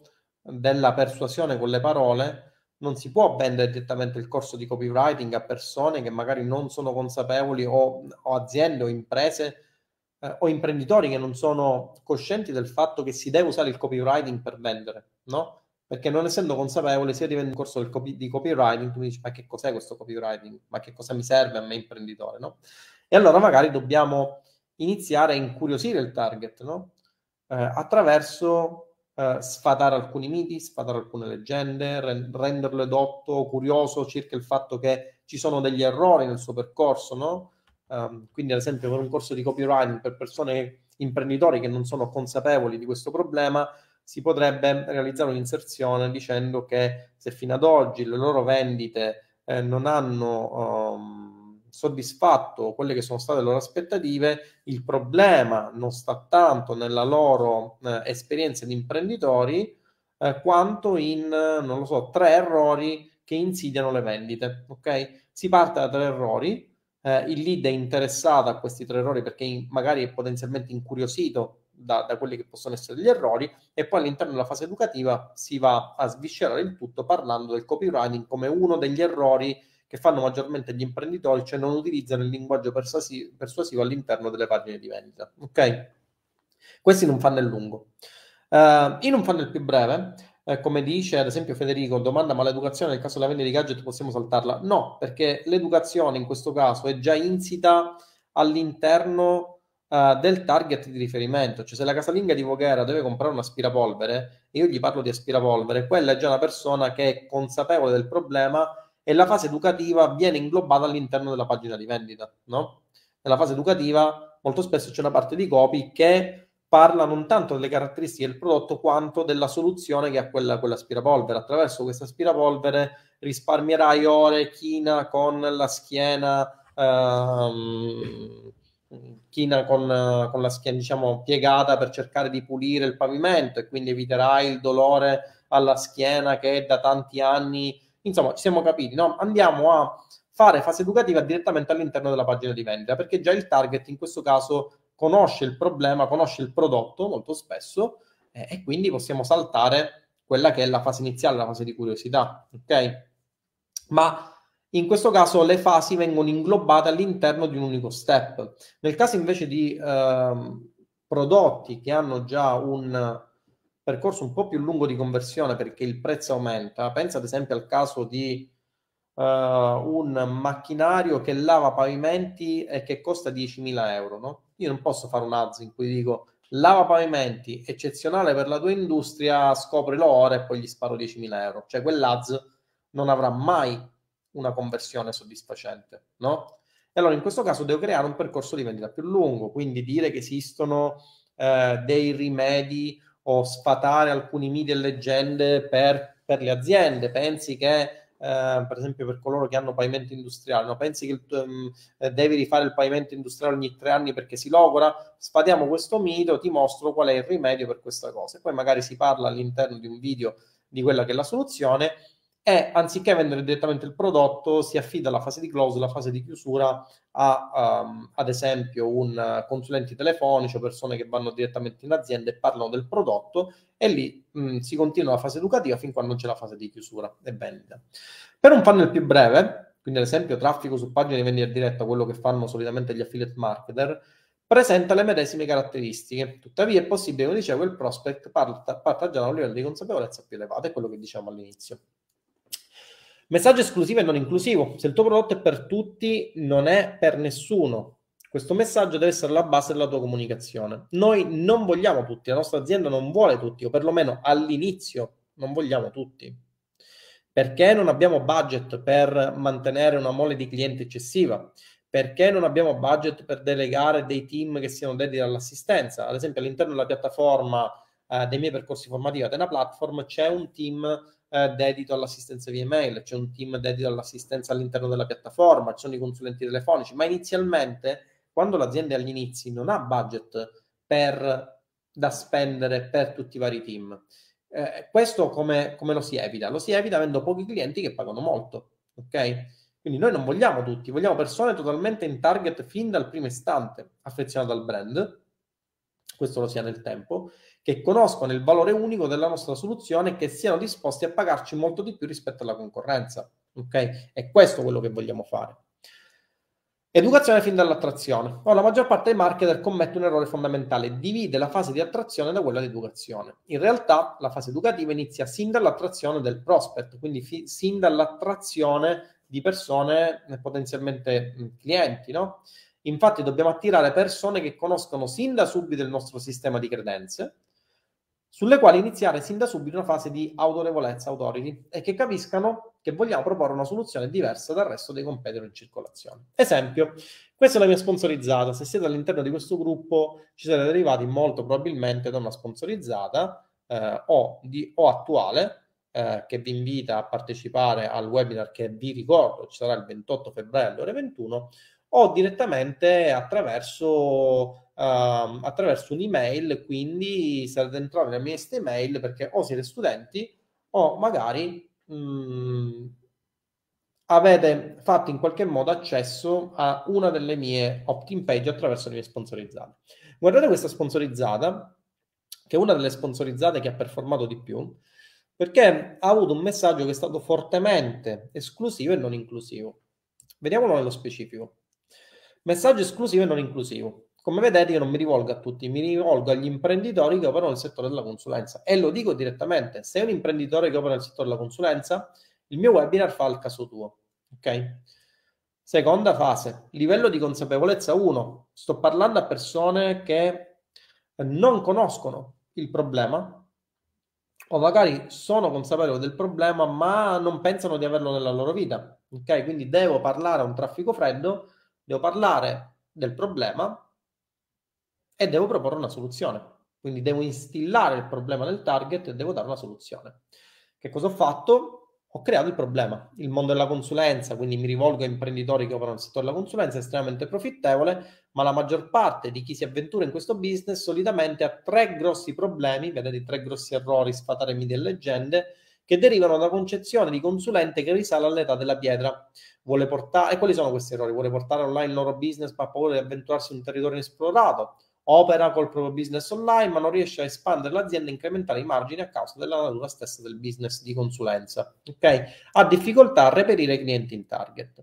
della persuasione con le parole, non si può vendere direttamente il corso di copywriting a persone che magari non sono consapevoli o, o aziende o imprese eh, o imprenditori che non sono coscienti del fatto che si deve usare il copywriting per vendere, no? Perché non essendo consapevoli, se io ti vendo un corso del copy, di copywriting, tu mi dici, ma che cos'è questo copywriting? Ma che cosa mi serve a me imprenditore, no? E allora magari dobbiamo iniziare a incuriosire il target, no? Eh, attraverso eh, sfatare alcuni miti, sfatare alcune leggende, ren- renderlo edotto, curioso circa il fatto che ci sono degli errori nel suo percorso, no? Um, quindi ad esempio per un corso di copywriting per persone imprenditori che non sono consapevoli di questo problema si potrebbe realizzare un'inserzione dicendo che se fino ad oggi le loro vendite eh, non hanno um, soddisfatto quelle che sono state le loro aspettative, il problema non sta tanto nella loro eh, esperienza di imprenditori eh, quanto in, non lo so, tre errori che insidiano le vendite, ok? Si parte da tre errori, eh, il lead è interessato a questi tre errori perché in, magari è potenzialmente incuriosito da, da quelli che possono essere gli errori e poi all'interno della fase educativa si va a sviscerare il tutto parlando del copywriting come uno degli errori che fanno maggiormente gli imprenditori, cioè non utilizzano il linguaggio persuasivo, persuasivo all'interno delle pagine di vendita. Ok? Questi non fanno il lungo. Uh, in un funnel più breve, eh, come dice ad esempio Federico, domanda ma l'educazione nel caso della vendita di gadget possiamo saltarla? No, perché l'educazione in questo caso è già insita all'interno uh, del target di riferimento, cioè se la casalinga di Voghera deve comprare un aspirapolvere e io gli parlo di aspirapolvere, quella è già una persona che è consapevole del problema e la fase educativa viene inglobata all'interno della pagina di vendita, no? Nella fase educativa molto spesso c'è una parte di copy che parla non tanto delle caratteristiche del prodotto quanto della soluzione che ha quella, quell'aspirapolvere. Attraverso questo aspirapolvere risparmierai ore, china con la schiena, ehm, china con, con la schiena diciamo piegata per cercare di pulire il pavimento e quindi eviterai il dolore alla schiena che è da tanti anni. Insomma, ci siamo capiti, no? Andiamo a fare fase educativa direttamente all'interno della pagina di vendita perché già il target in questo caso conosce il problema, conosce il prodotto molto spesso eh, e quindi possiamo saltare quella che è la fase iniziale, la fase di curiosità, ok? Ma in questo caso le fasi vengono inglobate all'interno di un unico step. Nel caso invece di ehm, prodotti che hanno già un percorso un po' più lungo di conversione perché il prezzo aumenta, pensa ad esempio al caso di uh, un macchinario che lava pavimenti e che costa diecimila euro, no? Io non posso fare un ads in cui dico lava pavimenti, eccezionale per la tua industria, scoprilo ora e poi gli sparo diecimila euro. Cioè quell'ads non avrà mai una conversione soddisfacente, no? E allora in questo caso devo creare un percorso di vendita più lungo, quindi dire che esistono eh, dei rimedi o sfatare alcuni miti e leggende per, per le aziende. Pensi che Uh, per esempio per coloro che hanno pavimento industriale, no? Pensi che um, devi rifare il pavimento industriale ogni tre anni perché si logora? Sfatiamo questo mito, ti mostro qual è il rimedio per questa cosa. E poi magari si parla all'interno di un video di quella che è la soluzione e anziché vendere direttamente il prodotto si affida la fase di close, la fase di chiusura a um, ad esempio un uh, consulenti telefonici o persone che vanno direttamente in azienda e parlano del prodotto e lì mh, si continua la fase educativa fin quando non c'è la fase di chiusura e vendita. Per un funnel più breve, quindi ad esempio traffico su pagine di vendita diretta, quello che fanno solitamente gli affiliate marketer, presenta le medesime caratteristiche. Tuttavia è possibile, come dicevo, il prospect parta, parta già da un livello di consapevolezza più elevato, è quello che diciamo all'inizio. Messaggio esclusivo e non inclusivo. Se il tuo prodotto è per tutti, non è per nessuno. Questo messaggio deve essere la base della tua comunicazione. Noi non vogliamo tutti, la nostra azienda non vuole tutti, o perlomeno all'inizio non vogliamo tutti. Perché non abbiamo budget per mantenere una mole di clienti eccessiva? Perché non abbiamo budget per delegare dei team che siano dediti all'assistenza? Ad esempio, all'interno della piattaforma eh, dei miei percorsi formativi Atena Platform c'è un team eh, dedito all'assistenza via email, c'è un team dedito all'assistenza all'interno della piattaforma, ci sono i consulenti telefonici, ma inizialmente, quando l'azienda è agli inizi, non ha budget per, da spendere per tutti i vari team. Eh, questo come, come lo si evita? Lo si evita avendo pochi clienti che pagano molto, ok? Quindi noi non vogliamo tutti, vogliamo persone totalmente in target fin dal primo istante, affezionate al brand, questo lo sia nel tempo, che conoscono il valore unico della nostra soluzione e che siano disposti a pagarci molto di più rispetto alla concorrenza. Ok? È questo quello che vogliamo fare. Educazione fin dall'attrazione. Oh, la maggior parte dei marketer commette un errore fondamentale, divide la fase di attrazione da quella di educazione. In realtà la fase educativa inizia sin dall'attrazione del prospect, quindi fi- sin dall'attrazione di persone eh, potenzialmente mh, clienti, no? Infatti dobbiamo attirare persone che conoscono sin da subito il nostro sistema di credenze, sulle quali iniziare sin da subito una fase di autorevolezza, authority, e che capiscano che vogliamo proporre una soluzione diversa dal resto dei competitor in circolazione. Esempio, questa è la mia sponsorizzata. Se siete all'interno di questo gruppo ci siete derivati molto probabilmente da una sponsorizzata eh, o, di, o attuale eh, che vi invita a partecipare al webinar che vi ricordo ci sarà il ventotto febbraio alle ore ventuno, o direttamente attraverso Uh, attraverso un'email, quindi sarete entrati nella mia email perché o siete studenti o magari mh, avete fatto in qualche modo accesso a una delle mie opt-in page attraverso le mie sponsorizzate. Guardate questa sponsorizzata, che è una delle sponsorizzate che ha performato di più, perché ha avuto un messaggio che è stato fortemente esclusivo e non inclusivo. Vediamolo nello specifico. Messaggio esclusivo e non inclusivo. Come vedete io non mi rivolgo a tutti, mi rivolgo agli imprenditori che operano nel settore della consulenza e lo dico direttamente, sei un imprenditore che opera nel settore della consulenza, il mio webinar fa il caso tuo, ok? Seconda fase, livello di consapevolezza uno, sto parlando a persone che non conoscono il problema o magari sono consapevoli del problema ma non pensano di averlo nella loro vita, ok? Quindi devo parlare a un traffico freddo, devo parlare del problema e devo proporre una soluzione. Quindi devo instillare il problema nel target e devo dare una soluzione. Che cosa ho fatto? Ho creato il problema. Il mondo della consulenza, quindi mi rivolgo a imprenditori che operano nel settore della consulenza, è estremamente profittevole, ma la maggior parte di chi si avventura in questo business solitamente ha tre grossi problemi, vedete tre grossi errori, sfatare miti e leggende, che derivano da concezione di consulente che risale all'età della pietra. Vuole portare, e quali sono questi errori? Vuole portare online il loro business ma ha paura di avventurarsi in un territorio inesplorato, opera col proprio business online ma non riesce a espandere l'azienda e incrementare i margini a causa della natura stessa del business di consulenza, ok? Ha difficoltà a reperire clienti in target.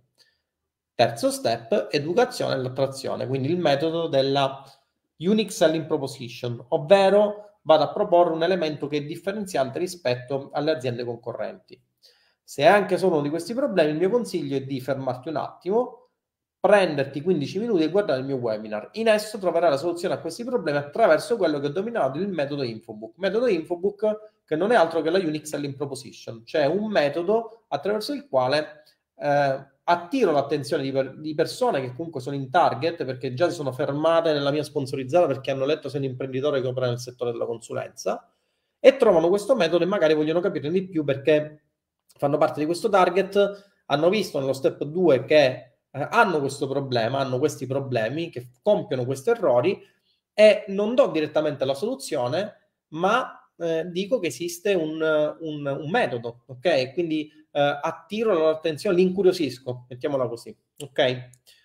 Terzo step, educazione e l'attrazione, quindi il metodo della unique selling proposition, ovvero vado a proporre un elemento che è differenziante rispetto alle aziende concorrenti. Se hai anche solo uno di questi problemi, il mio consiglio è di fermarti un attimo, prenderti quindici minuti e guardare il mio webinar. In esso troverai la soluzione a questi problemi attraverso quello che ho dominato il metodo Infobook. Metodo Infobook che non è altro che la Unique Selling Proposition, cioè un metodo attraverso il quale eh, attiro l'attenzione di, per, di persone che comunque sono in target perché già si sono fermate nella mia sponsorizzata perché hanno letto sei un imprenditore che opera nel settore della consulenza e trovano questo metodo e magari vogliono capire di più perché fanno parte di questo target, hanno visto nello step due che eh, hanno questo problema, hanno questi problemi, che compiono questi errori e non do direttamente la soluzione, ma eh, dico che esiste un, un, un metodo, ok? Quindi eh, attiro l'attenzione, li incuriosisco, mettiamola così, ok?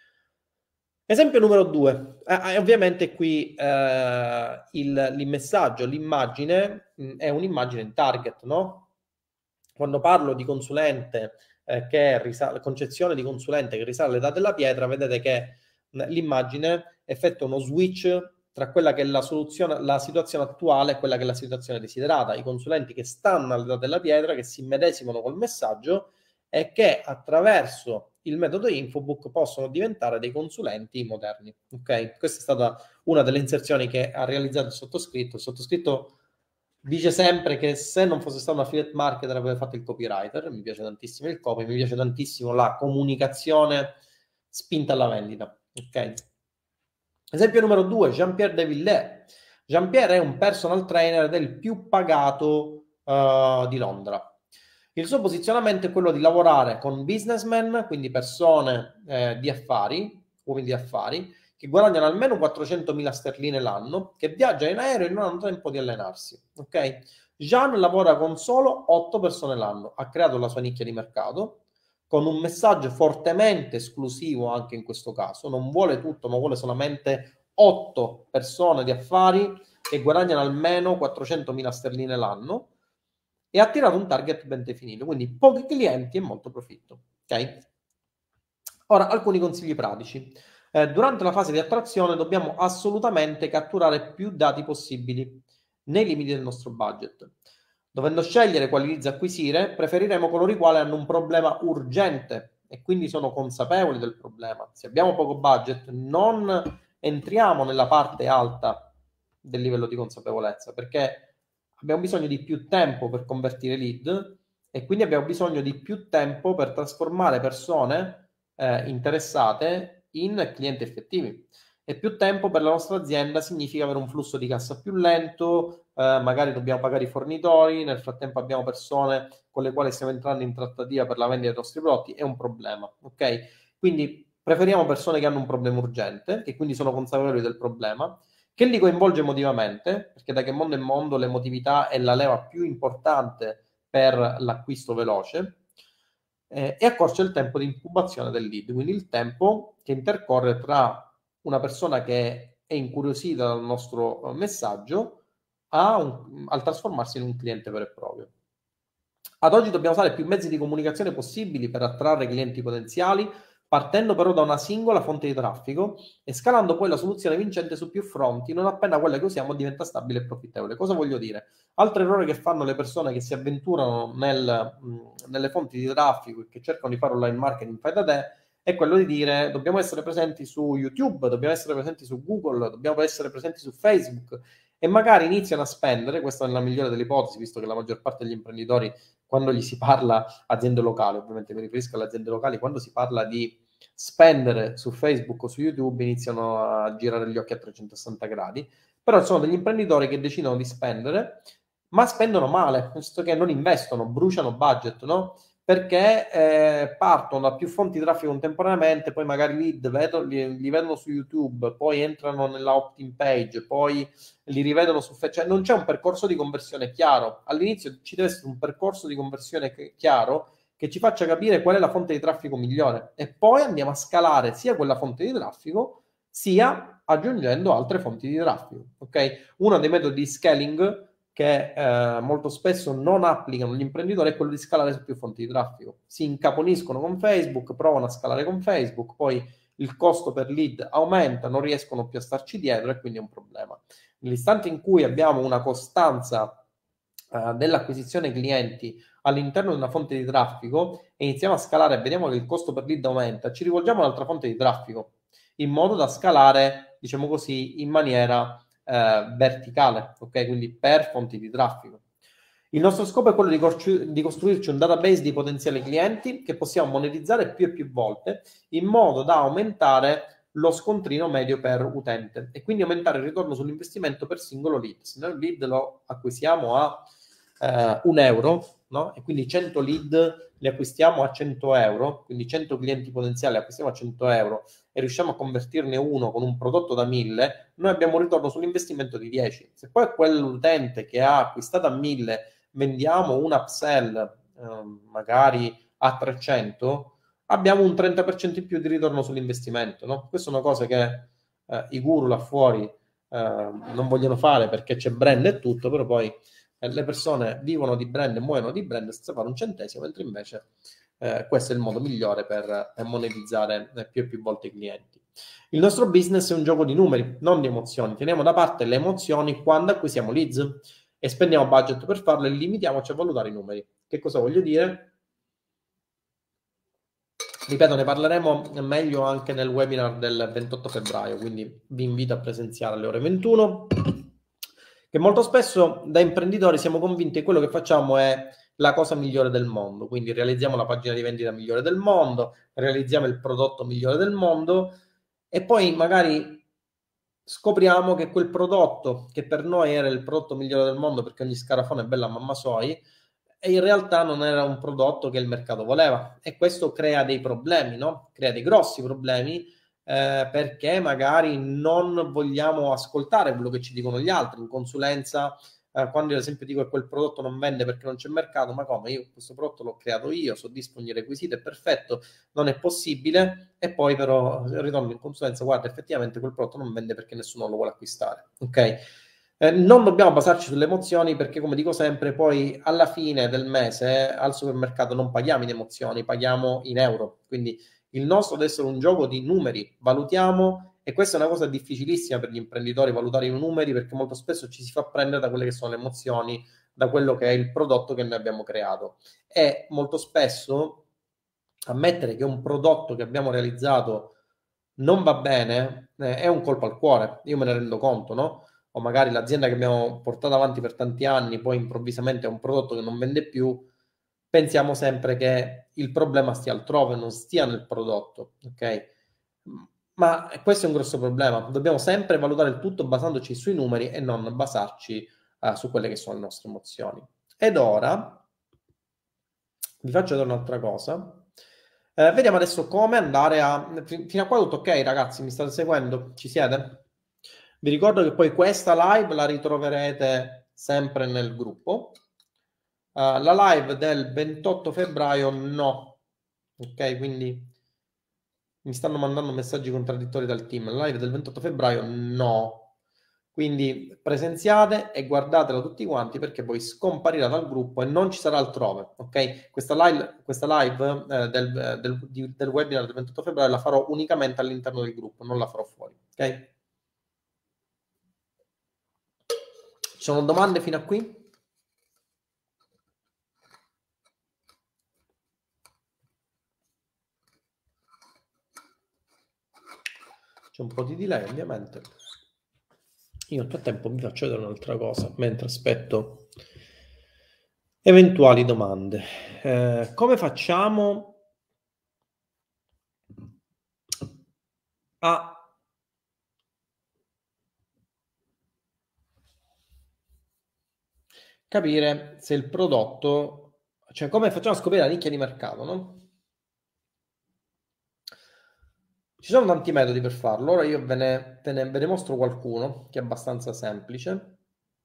Esempio numero due, eh, ovviamente qui eh, il, il messaggio, l'immagine mh, è un'immagine in target, no? Quando parlo di consulente eh, che risale, concezione di consulente che risale all'età della pietra, vedete che mh, l'immagine effettua uno switch tra quella che è la soluzione, la situazione attuale e quella che è la situazione desiderata. I consulenti che stanno all'età della pietra, che si immedesimano col messaggio e che attraverso il metodo Infobook possono diventare dei consulenti moderni. Ok? Questa è stata una delle inserzioni che ha realizzato il sottoscritto. Il sottoscritto dice sempre che se non fosse stato un affiliate marketer avrebbe fatto il copywriter. Mi piace tantissimo il copy, mi piace tantissimo la comunicazione spinta alla vendita. Ok? Esempio numero due, Jean-Pierre De Villiers. Jean-Pierre è un personal trainer del più pagato uh, di Londra. Il suo posizionamento è quello di lavorare con businessmen, quindi persone eh, di affari, uomini di affari, che guadagnano almeno quattrocentomila sterline l'anno, che viaggiano in aereo e non hanno tempo di allenarsi. Ok? Jean lavora con solo otto persone l'anno, ha creato la sua nicchia di mercato, con un messaggio fortemente esclusivo anche in questo caso, non vuole tutto, ma vuole solamente otto persone di affari che guadagnano almeno quattrocentomila sterline l'anno e ha tirato un target ben definito, quindi pochi clienti e molto profitto. Ok? Ora, alcuni consigli pratici. Eh, durante la fase di attrazione dobbiamo assolutamente catturare più dati possibili nei limiti del nostro budget. Dovendo scegliere quali leads acquisire, preferiremo coloro i quali hanno un problema urgente e quindi sono consapevoli del problema. Se abbiamo poco budget, non entriamo nella parte alta del livello di consapevolezza, perché abbiamo bisogno di più tempo per convertire lead e quindi abbiamo bisogno di più tempo per trasformare persone eh, interessate in clienti effettivi. E più tempo per la nostra azienda significa avere un flusso di cassa più lento, eh, magari dobbiamo pagare i fornitori, nel frattempo abbiamo persone con le quali stiamo entrando in trattativa per la vendita dei nostri prodotti, è un problema, ok? Quindi preferiamo persone che hanno un problema urgente, che quindi sono consapevoli del problema, che li coinvolge emotivamente, perché da che mondo in mondo l'emotività è la leva più importante per l'acquisto veloce, eh, e accorcia il tempo di incubazione del lead, quindi il tempo che intercorre tra una persona che è incuriosita dal nostro messaggio a un, al trasformarsi in un cliente vero e proprio. Ad oggi dobbiamo usare più mezzi di comunicazione possibili per attrarre clienti potenziali, partendo però da una singola fonte di traffico e scalando poi la soluzione vincente su più fronti, non appena quella che usiamo diventa stabile e profittevole. Cosa voglio dire? Altro errore che fanno le persone che si avventurano nel, mh, nelle fonti di traffico e che cercano di fare online marketing fai da te è quello di dire dobbiamo essere presenti su YouTube, dobbiamo essere presenti su Google, dobbiamo essere presenti su Facebook e magari iniziano a spendere, questa è la migliore delle ipotesi, visto che la maggior parte degli imprenditori, quando gli si parla, aziende locali, ovviamente mi riferisco alle aziende locali, quando si parla di spendere su Facebook o su YouTube iniziano a girare gli occhi a trecentosessanta gradi, però sono degli imprenditori che decidono di spendere, ma spendono male, nel senso che non investono, bruciano budget, no? Perché eh, partono da più fonti di traffico contemporaneamente, poi magari lead vedo, li, li vedono su YouTube, poi entrano nella opt-in page, poi li rivedono su Facebook, cioè non c'è un percorso di conversione chiaro. All'inizio ci deve essere un percorso di conversione chiaro che ci faccia capire qual è la fonte di traffico migliore e poi andiamo a scalare sia quella fonte di traffico sia aggiungendo altre fonti di traffico. Ok? Uno dei metodi di scaling che eh, molto spesso non applicano gli imprenditori è quello di scalare su più fonti di traffico. Si incaponiscono con Facebook, provano a scalare con Facebook, poi il costo per lead aumenta, non riescono più a starci dietro e quindi è un problema. Nell'istante in cui abbiamo una costanza eh, dell'acquisizione clienti all'interno di una fonte di traffico e iniziamo a scalare e vediamo che il costo per lead aumenta, ci rivolgiamo ad un'altra fonte di traffico in modo da scalare, diciamo così, in maniera eh, verticale, ok? Quindi per fonti di traffico. Il nostro scopo è quello di, cor- di costruirci un database di potenziali clienti che possiamo monetizzare più e più volte in modo da aumentare lo scontrino medio per utente e quindi aumentare il ritorno sull'investimento per singolo lead. Se noi il lead lo acquisiamo a eh, un euro, no? E quindi cento lead li acquistiamo a cento euro, quindi cento clienti potenziali acquistiamo a cento euro e riusciamo a convertirne uno con un prodotto da mille, noi abbiamo un ritorno sull'investimento di dieci. Se poi quell'utente che ha acquistato a mille vendiamo un upsell eh, magari a trecento, abbiamo un trenta per cento in più di ritorno sull'investimento, no? Queste sono cose che eh, i guru là fuori eh, non vogliono fare perché c'è brand e tutto, però poi eh, le persone vivono di brand e muoiono di brand senza fare un centesimo, mentre invece eh, questo è il modo migliore per eh, monetizzare eh, più e più volte i clienti. Il nostro business è un gioco di numeri, non di emozioni. Teniamo da parte le emozioni quando acquisiamo leads e spendiamo budget per farlo e limitiamoci a valutare i numeri. Che cosa voglio dire? Ripeto, ne parleremo meglio anche nel webinar del ventotto febbraio, quindi vi invito a presenziare alle ore ventuno, che molto spesso da imprenditori siamo convinti che quello che facciamo è la cosa migliore del mondo, quindi realizziamo la pagina di vendita migliore del mondo, realizziamo il prodotto migliore del mondo e poi magari scopriamo che quel prodotto che per noi era il prodotto migliore del mondo perché ogni scarafone è bella mamma soi e in realtà non era un prodotto che il mercato voleva e questo crea dei problemi, no? Crea dei grossi problemi eh, perché magari non vogliamo ascoltare quello che ci dicono gli altri. In consulenza, eh, quando io ad esempio dico che quel prodotto non vende perché non c'è mercato, ma come? Io questo prodotto l'ho creato io, soddisfo ogni requisito, è perfetto, non è possibile e poi però ritorno in consulenza, guarda effettivamente quel prodotto non vende perché nessuno lo vuole acquistare, ok? Eh, non dobbiamo basarci sulle emozioni perché, come dico sempre, poi alla fine del mese al supermercato non paghiamo in emozioni, paghiamo in euro. Quindi il nostro deve essere un gioco di numeri, valutiamo, e questa è una cosa difficilissima per gli imprenditori, valutare i numeri, perché molto spesso ci si fa prendere da quelle che sono le emozioni, da quello che è il prodotto che noi abbiamo creato. E molto spesso ammettere che un prodotto che abbiamo realizzato non va bene eh, è un colpo al cuore, io me ne rendo conto, no? O magari l'azienda che abbiamo portato avanti per tanti anni, poi improvvisamente è un prodotto che non vende più, pensiamo sempre che il problema stia altrove, non stia nel prodotto, ok? Ma questo è un grosso problema, dobbiamo sempre valutare il tutto basandoci sui numeri e non basarci uh, su quelle che sono le nostre emozioni. Ed ora vi faccio vedere un'altra cosa. Eh, vediamo adesso come andare a... Fino a qua tutto ok, ragazzi? Mi state seguendo? Ci siete? Vi ricordo che poi questa live la ritroverete sempre nel gruppo. Uh, la live del ventotto febbraio no. Ok, quindi mi stanno mandando messaggi contraddittori dal team. La live del ventotto febbraio no. Quindi presenziate e guardatela tutti quanti perché poi scomparirà dal gruppo e non ci sarà altrove, ok? Questa live, questa live eh, del, del, del webinar del ventotto febbraio la farò unicamente all'interno del gruppo, non la farò fuori, ok? Ci sono domande fino a qui? C'è un po' di delay ovviamente. Io nel frattempo vi faccio vedere un'altra cosa mentre aspetto eventuali domande. Eh, come facciamo a capire se il prodotto, cioè come facciamo a scoprire la nicchia di mercato, no? Ci sono tanti metodi per farlo, ora io ve ne, ve ne, ve ne mostro qualcuno che è abbastanza semplice.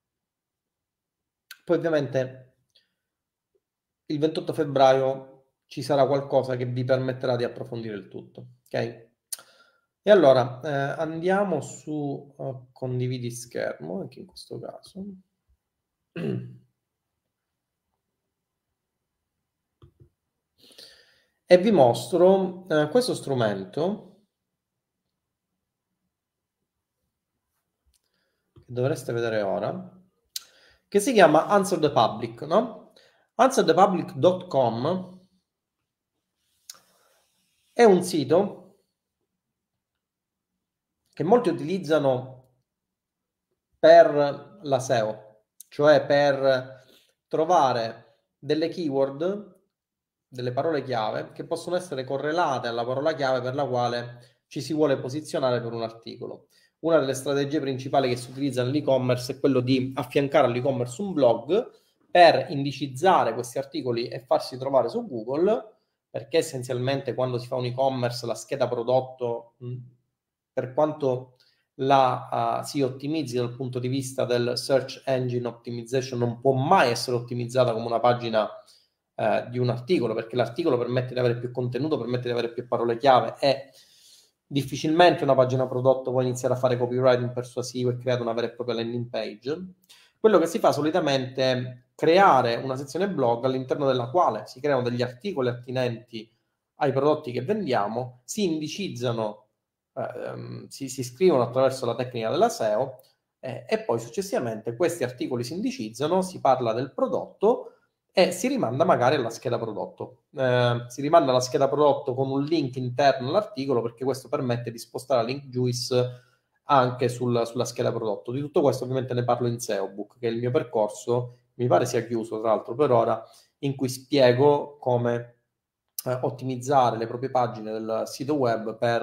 Poi ovviamente il ventotto febbraio ci sarà qualcosa che vi permetterà di approfondire il tutto, ok? E allora eh, andiamo su uh, condividi schermo, anche in questo caso. E vi mostro eh, questo strumento che dovreste vedere ora, che si chiama Answer the Public, no? answer the public punto com è un sito che molti utilizzano per la S E O, cioè per trovare delle keyword, delle parole chiave che possono essere correlate alla parola chiave per la quale ci si vuole posizionare per un articolo. Una delle strategie principali che si utilizza nell'e-commerce è quello di affiancare all'e-commerce un blog per indicizzare questi articoli e farsi trovare su Google, perché essenzialmente quando si fa un e-commerce la scheda prodotto, mh, per quanto la uh, si ottimizzi dal punto di vista del search engine optimization, non può mai essere ottimizzata come una pagina uh, di un articolo, perché l'articolo permette di avere più contenuto, permette di avere più parole chiave e difficilmente una pagina prodotto può iniziare a fare copywriting persuasivo e creare una vera e propria landing page. Quello che si fa solitamente è creare una sezione blog all'interno della quale si creano degli articoli attinenti ai prodotti che vendiamo, si indicizzano, eh, si, si scrivono attraverso la tecnica della S E O eh, e poi successivamente questi articoli si indicizzano, si parla del prodotto e si rimanda magari alla scheda prodotto. Eh, si rimanda alla scheda prodotto con un link interno all'articolo perché questo permette di spostare la link juice anche sul, sulla scheda prodotto. Di tutto questo ovviamente ne parlo in S E O Book, che è il mio percorso, mi pare sia chiuso tra l'altro per ora, in cui spiego come eh, ottimizzare le proprie pagine del sito web per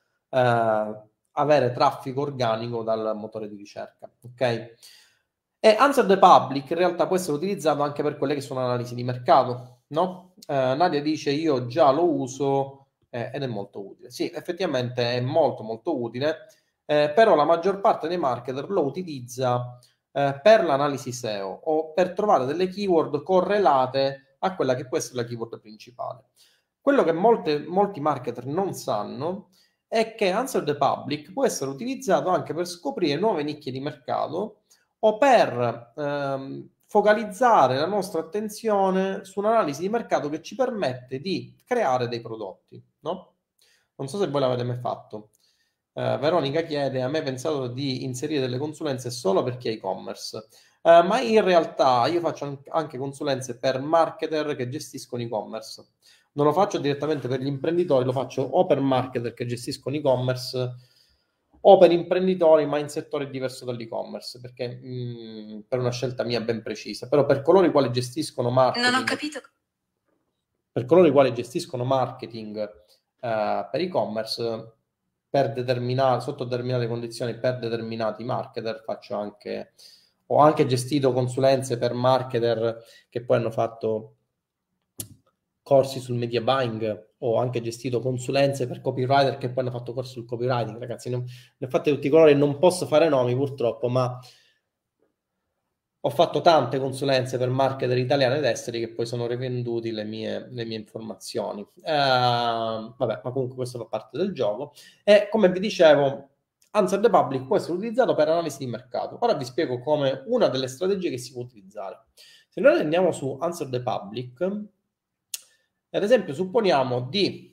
eh, avere traffico organico dal motore di ricerca. Ok? E Answer the Public in realtà può essere utilizzato anche per quelle che sono analisi di mercato, no? Eh, Nadia dice io già lo uso eh, ed è molto utile. Sì, effettivamente è molto molto utile, eh, però la maggior parte dei marketer lo utilizza eh, per l'analisi S E O o per trovare delle keyword correlate a quella che può essere la keyword principale. Quello che molte, molti marketer non sanno è che Answer the Public può essere utilizzato anche per scoprire nuove nicchie di mercato o per ehm, focalizzare la nostra attenzione su un'analisi di mercato che ci permette di creare dei prodotti, no? Non so se voi l'avete mai fatto. Eh, Veronica chiede: a me è pensato di inserire delle consulenze solo per chi è e-commerce. Eh, ma in realtà io faccio an- anche consulenze per marketer che gestiscono e-commerce. Non lo faccio direttamente per gli imprenditori, lo faccio o per marketer che gestiscono e-commerce o per imprenditori, ma in settore diverso dall'e-commerce, perché mh, per una scelta mia ben precisa. Però per coloro i quali gestiscono marketing, non ho capito. Per coloro i quali gestiscono marketing eh, per e-commerce, per determinare, sotto determinate condizioni, per determinati marketer, faccio anche, ho anche gestito consulenze per marketer che poi hanno fatto corsi sul media buying, ho anche gestito consulenze per copywriter che poi hanno fatto corsi sul copywriting, ragazzi, ne ho, ne ho fatte tutti i colori, non posso fare nomi purtroppo, ma ho fatto tante consulenze per marketer italiani ed esteri che poi sono rivenduti le mie, le mie informazioni. Eh, vabbè, ma comunque questo fa parte del gioco. E come vi dicevo, Answer the Public può essere utilizzato per analisi di mercato. Ora vi spiego come una delle strategie che si può utilizzare. Se noi andiamo su Answer the Public, ad esempio, supponiamo di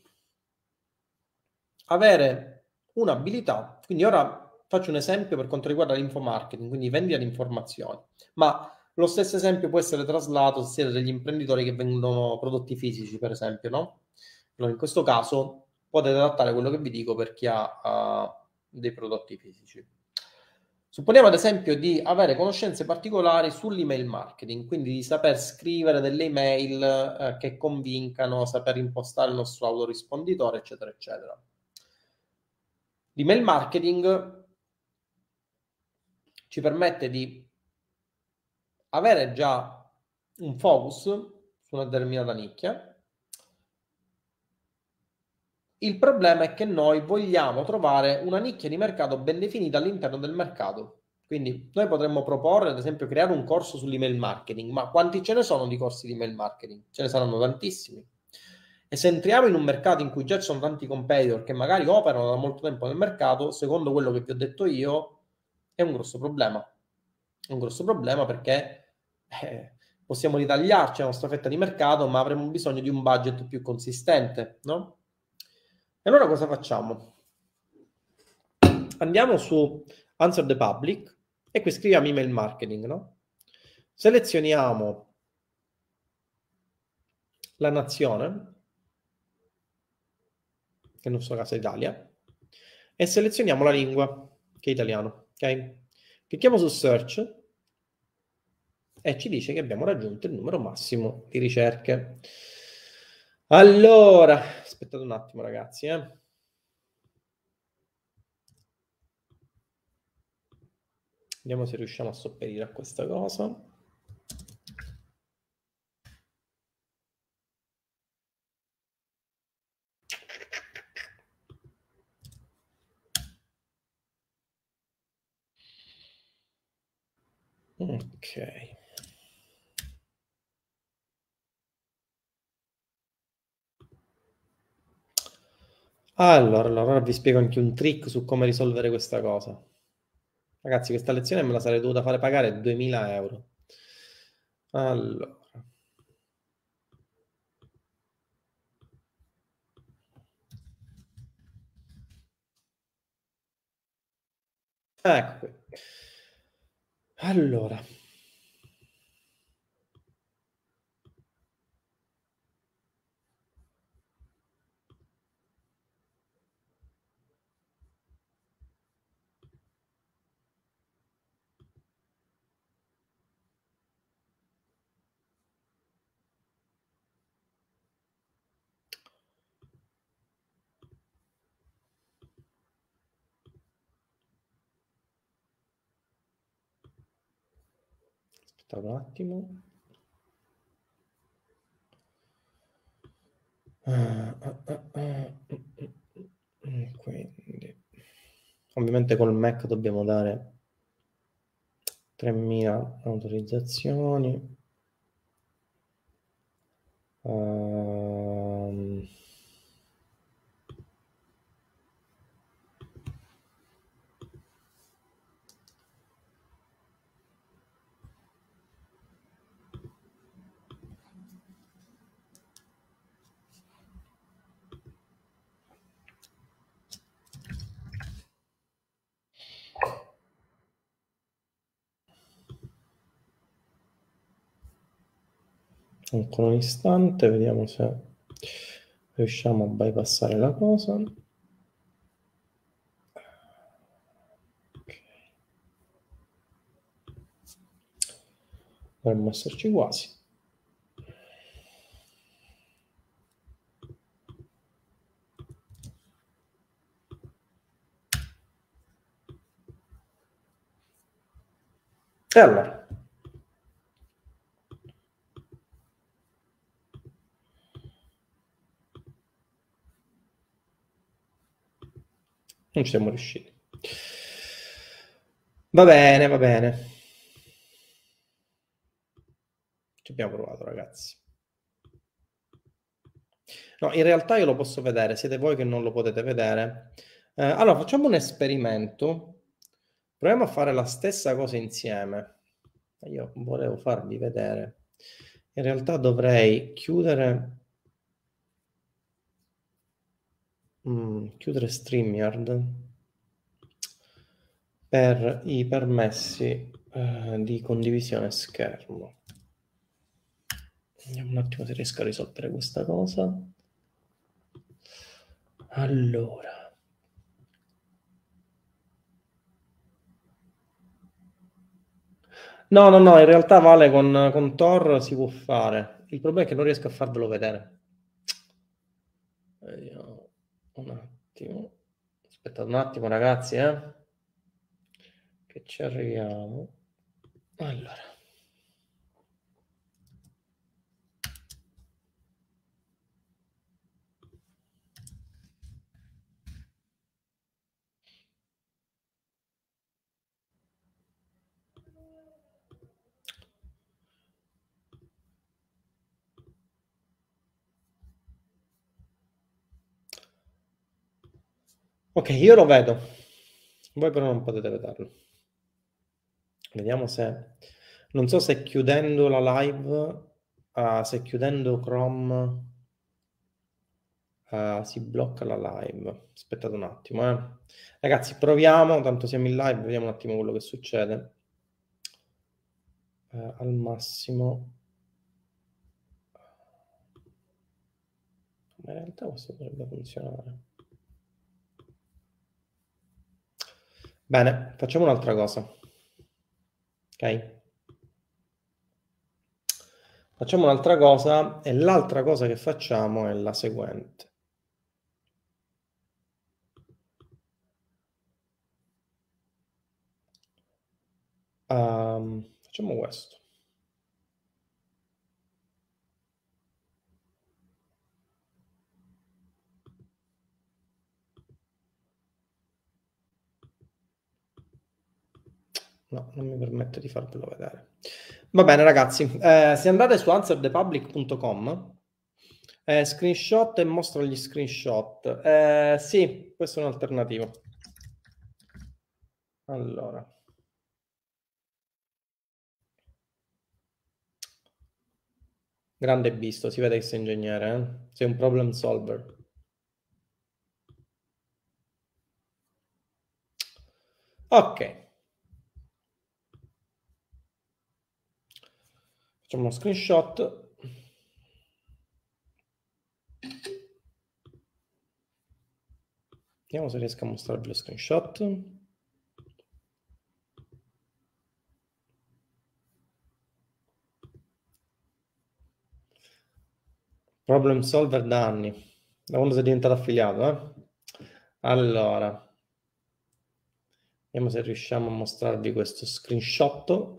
avere un'abilità, quindi ora faccio un esempio per quanto riguarda l'infomarketing, quindi vendita di informazioni, ma lo stesso esempio può essere traslato se siete degli imprenditori che vendono prodotti fisici, per esempio, no? Allora, in questo caso potete adattare quello che vi dico per chi ha uh, dei prodotti fisici. Supponiamo ad esempio di avere conoscenze particolari sull'email marketing, quindi di saper scrivere delle email eh, che convincano, saper impostare il nostro autorisponditore, eccetera, eccetera. L'email marketing ci permette di avere già un focus su una determinata nicchia. Il problema è che noi vogliamo trovare una nicchia di mercato ben definita all'interno del mercato. Quindi noi potremmo proporre, ad esempio, creare un corso sull'email marketing, ma quanti ce ne sono di corsi di email marketing? Ce ne saranno tantissimi. E se entriamo in un mercato in cui già ci sono tanti competitor che magari operano da molto tempo nel mercato, secondo quello che vi ho detto io, è un grosso problema. È un grosso problema perché eh, possiamo ritagliarci la nostra fetta di mercato, ma avremo bisogno di un budget più consistente, no? E allora cosa facciamo? Andiamo su Answer the Public e qui scriviamo email marketing, no? Selezioniamo la nazione, che nel nostro caso è Italia, e selezioniamo la lingua, che è italiano, ok? Clicchiamo su Search e ci dice che abbiamo raggiunto il numero massimo di ricerche. Allora, aspettate un attimo ragazzi, eh. Vediamo se riusciamo a sopperire a questa cosa. Ok. Allora, allora, ora vi spiego anche un trick su come risolvere questa cosa. Ragazzi, questa lezione me la sarei dovuta fare pagare duemila euro. Allora. Ecco qui. Allora. Aspettate un attimo. Ah, ah, ah, ah. Quindi, ovviamente col Mac dobbiamo dare tremila autorizzazioni. Um, Ancora un istante, vediamo se riusciamo a bypassare la cosa. Dovremmo esserci quasi. E allora, non ci siamo riusciti. Va bene, va bene. Ci abbiamo provato, ragazzi. No, in realtà io lo posso vedere, siete voi che non lo potete vedere. Eh, allora, facciamo un esperimento. Proviamo a fare la stessa cosa insieme. Io volevo farvi vedere. In realtà dovrei chiudere, mm, chiudere StreamYard per i permessi eh, di condivisione schermo. Vediamo un attimo se riesco a risolvere questa cosa. Allora. No, no, no, in realtà Vale con, con Tor si può fare. Il problema è che non riesco a farvelo vedere. Vediamo un attimo. Aspettate un attimo, ragazzi, eh. Che ci arriviamo. Allora. Ok, io lo vedo. Voi però non potete vederlo. Vediamo se... Non so se chiudendo la live, uh, se chiudendo Chrome uh, si blocca la live. Aspettate un attimo, eh. Ragazzi, proviamo, tanto siamo in live, vediamo un attimo quello che succede. Uh, al massimo... Ma in realtà questo dovrebbe funzionare. Bene, facciamo un'altra cosa. Ok? Facciamo un'altra cosa e l'altra cosa che facciamo è la seguente. Um, facciamo questo. No, non mi permette di farvelo vedere. Va bene, ragazzi. Eh, se andate su answer the public punto com, eh, screenshot e mostra gli screenshot. Eh, sì, questo è un'alternativa. Allora. Grande visto, si vede che sei ingegnere, eh? Sei un problem solver. Ok. Facciamo uno screenshot. Vediamo se riesco a mostrarvi lo screenshot. Problem solver da anni, da quando sei diventato affiliato, eh? Allora, vediamo se riusciamo a mostrarvi questo screenshot.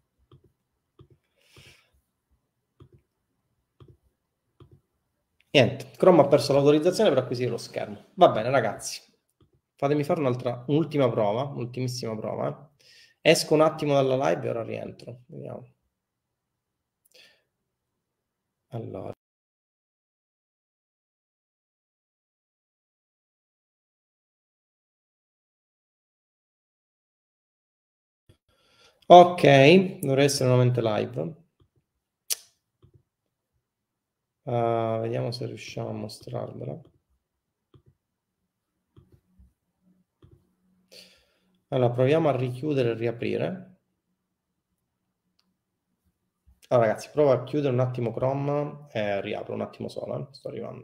Niente, Chrome ha perso l'autorizzazione per acquisire lo schermo. Va bene, ragazzi. Fatemi fare un'altra, un'ultima prova, un'ultimissima prova. Eh. Esco un attimo dalla live e ora rientro. Vediamo. Allora. Ok, dovrei essere nuovamente live. Uh, vediamo se riusciamo a mostrarvelo. Allora, proviamo a richiudere e riaprire. Allora ragazzi, provo a chiudere un attimo Chrome e riapro un attimo solo, eh. Sto arrivando.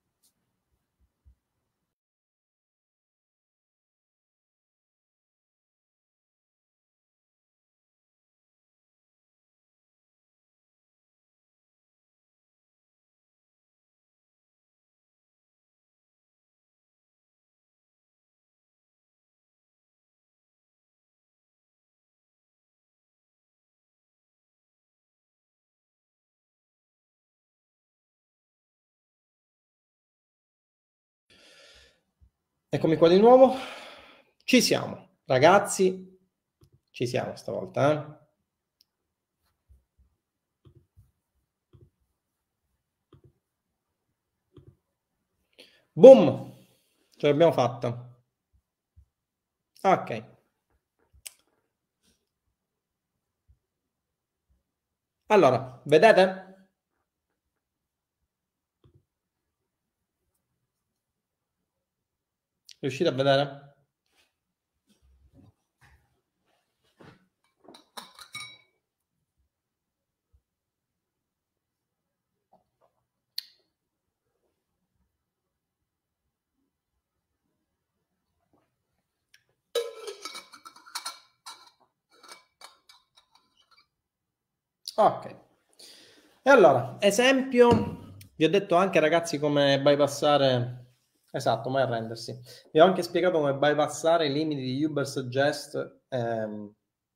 Eccomi qua di nuovo. Ci siamo, ragazzi. Ci siamo stavolta, eh. Boom! Ce l'abbiamo fatta. Ok. Allora, vedete? Riuscite a vedere? Ok. E allora, esempio, vi ho detto anche ragazzi come bypassare, esatto, mai arrendersi. Vi ho anche spiegato come bypassare i limiti di Ubersuggest ehm,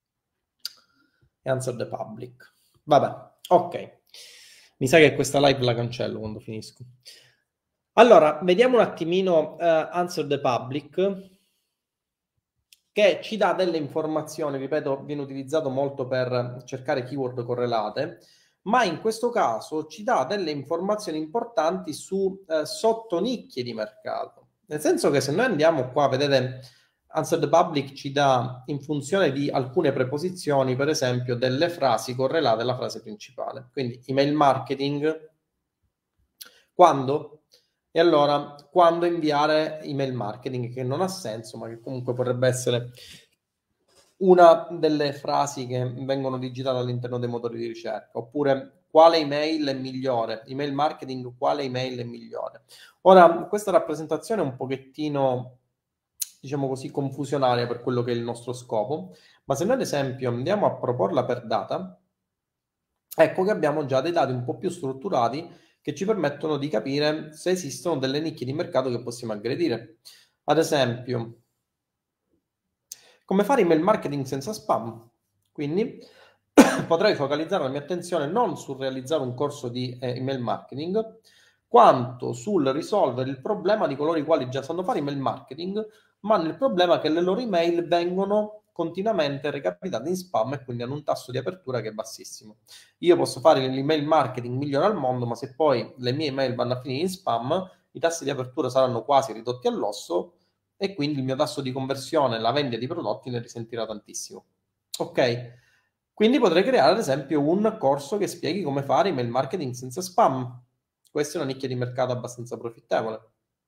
e Answer the Public. Vabbè, ok. Mi sa che questa live la cancello quando finisco. Allora, vediamo un attimino uh, Answer the Public, che ci dà delle informazioni, ripeto, viene utilizzato molto per cercare keyword correlate, ma in questo caso ci dà delle informazioni importanti su eh, sottonicchie di mercato. Nel senso che se noi andiamo qua, vedete, Answer the Public ci dà in funzione di alcune preposizioni, per esempio, delle frasi correlate alla frase principale. Quindi email marketing, quando? E allora, quando inviare email marketing, che non ha senso, ma che comunque potrebbe essere una delle frasi che vengono digitate all'interno dei motori di ricerca, oppure quale email è migliore, email marketing, quale email è migliore. Ora, questa rappresentazione è un pochettino, diciamo così, confusionaria per quello che è il nostro scopo, ma se noi ad esempio andiamo a proporla per data, ecco che abbiamo già dei dati un po' più strutturati che ci permettono di capire se esistono delle nicchie di mercato che possiamo aggredire. Ad esempio, come fare email marketing senza spam? Quindi potrei focalizzare la mia attenzione non sul realizzare un corso di eh, email marketing, quanto sul risolvere il problema di coloro i quali già sanno fare email marketing, ma nel problema che le loro email vengono continuamente recapitate in spam e quindi hanno un tasso di apertura che è bassissimo. Io posso fare l'email marketing migliore al mondo, ma se poi le mie email vanno a finire in spam, i tassi di apertura saranno quasi ridotti all'osso e quindi il mio tasso di conversione, la vendita di prodotti ne risentirà tantissimo. Ok? Quindi potrei creare ad esempio un corso che spieghi come fare email marketing senza spam. Questa è una nicchia di mercato abbastanza profittevole.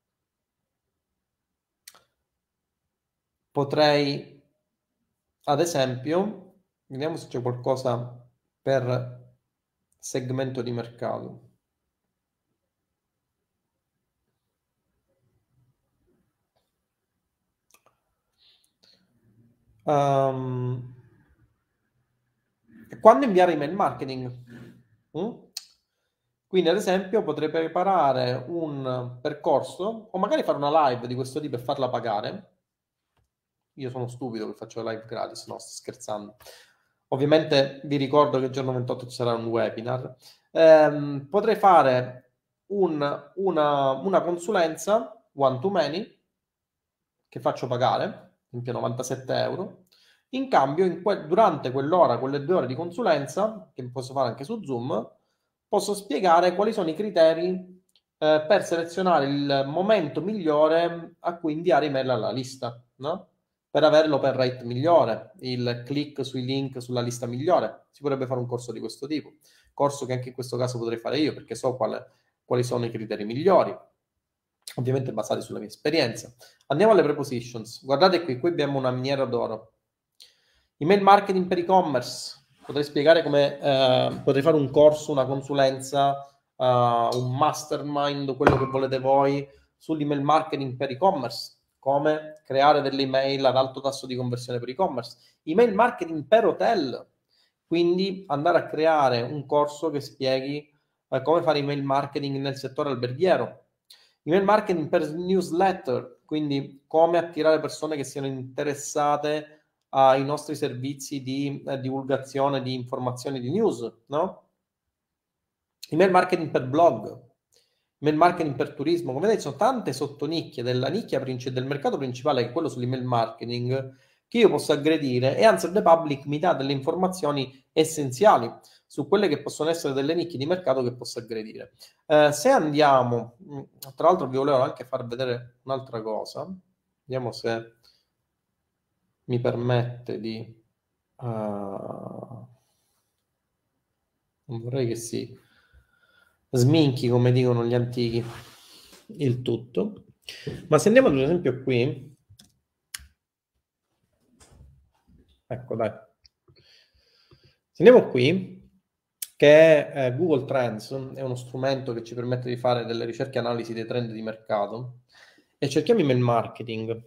Potrei, ad esempio, vediamo se c'è qualcosa per segmento di mercato. Um, quando inviare email marketing? Mm? Quindi, ad esempio, potrei preparare un percorso o magari fare una live di questo tipo e farla pagare. Io sono stupido che faccio live gratis, no, sto scherzando. Ovviamente vi ricordo che il giorno ventotto ci sarà un webinar. Ehm, potrei fare un, una, una consulenza one to many che faccio pagare, esempio novantasette euro. In cambio, in que- durante quell'ora, quelle due ore di consulenza, che posso fare anche su Zoom, posso spiegare quali sono i criteri eh, per selezionare il momento migliore a cui inviare email alla lista, no? Per avere l'open rate migliore, il click sui link sulla lista migliore. Si potrebbe fare un corso di questo tipo, corso che anche in questo caso potrei fare io perché so quale, quali sono i criteri migliori, ovviamente basati sulla mia esperienza. Andiamo alle prepositions. Guardate qui, qui abbiamo una miniera d'oro. Email marketing per e-commerce. potrei spiegare come, eh, potrei fare un corso, una consulenza, uh, un mastermind, quello che volete voi, sull'email marketing per e-commerce, come creare delle email ad alto tasso di conversione per e-commerce, email marketing per hotel, quindi andare a creare un corso che spieghi eh, come fare email marketing nel settore alberghiero, email marketing per newsletter, quindi come attirare persone che siano interessate ai nostri servizi di eh, divulgazione di informazioni di news, no? Email marketing per blog, email marketing per turismo. Come vedete, sono tante sottonicchie della nicchia princi- del mercato principale, che è quello sull'email marketing, che io posso aggredire, e Answer the Public mi dà delle informazioni essenziali su quelle che possono essere delle nicchie di mercato che posso aggredire. Eh, se andiamo, tra l'altro vi volevo anche far vedere un'altra cosa, vediamo se mi permette di... Uh, non vorrei che si sminchi, come dicono gli antichi, il tutto. Ma se andiamo ad esempio qui, ecco dai, se andiamo qui, che è eh, Google Trends, è uno strumento che ci permette di fare delle ricerche e analisi dei trend di mercato, e cerchiamo email marketing.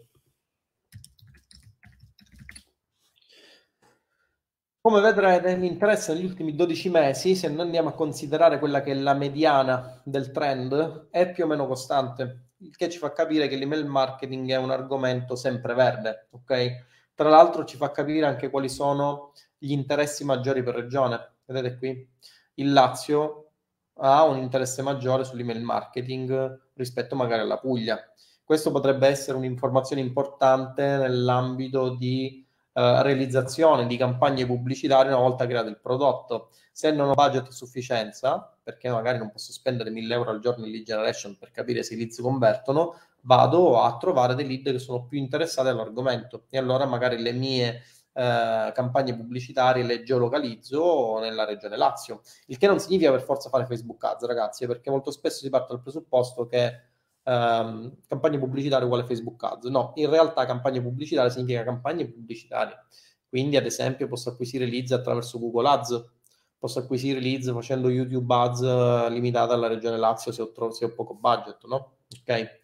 Come vedrete, l'interesse negli ultimi dodici mesi, se noi andiamo a considerare quella che è la mediana del trend, è più o meno costante, il che ci fa capire che l'email marketing è un argomento sempreverde, ok? Tra l'altro ci fa capire anche quali sono gli interessi maggiori per regione. Vedete qui? Il Lazio ha un interesse maggiore sull'email marketing rispetto magari alla Puglia. Questo potrebbe essere un'informazione importante nell'ambito di Uh, realizzazione di campagne pubblicitarie una volta creato il prodotto. Se non ho budget a sufficienza, perché magari non posso spendere mille euro al giorno in lead generation per capire se i leads convertono, vado a trovare dei lead che sono più interessati all'argomento, e allora magari le mie uh, campagne pubblicitarie le geolocalizzo nella regione Lazio, il che non significa per forza fare Facebook Ads, ragazzi, perché molto spesso si parte dal presupposto che Um, campagne pubblicitarie uguale Facebook Ads. No, in realtà campagne pubblicitarie significa campagne pubblicitarie. Quindi, ad esempio, posso acquisire leads attraverso Google Ads, posso acquisire leads facendo YouTube Ads uh, limitata alla regione Lazio se ho, tro- se ho poco budget, no? Ok?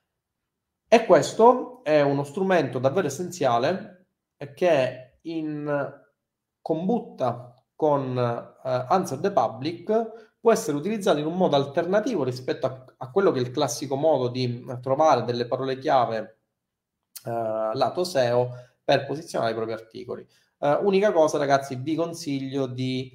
E questo è uno strumento davvero essenziale che in combutta con uh, Answer the Public può essere utilizzato in un modo alternativo rispetto a, a quello che è il classico modo di trovare delle parole chiave uh, lato S E O per posizionare i propri articoli. Uh, unica cosa, ragazzi, vi consiglio di...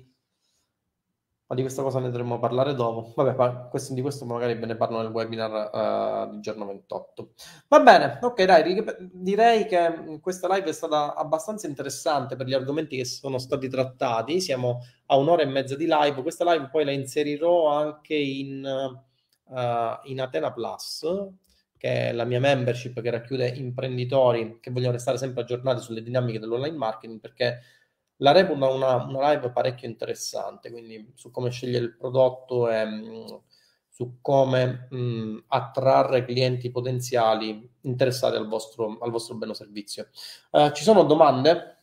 Ma di questa cosa ne dovremmo parlare dopo. Vabbè, pa- questo, di questo magari ve ne parlo nel webinar uh, di giorno ventotto. Va bene, ok, dai, ri- direi che questa live è stata abbastanza interessante per gli argomenti che sono stati trattati. Siamo a un'ora e mezza di live. Questa live poi la inserirò anche in, uh, in Athena Plus, che è la mia membership che racchiude imprenditori che vogliono restare sempre aggiornati sulle dinamiche dell'online marketing, perché la reputo una, una live parecchio interessante, quindi su come scegliere il prodotto e mh, su come mh, attrarre clienti potenziali interessati al vostro, al vostro bene o servizio. Uh, ci sono domande?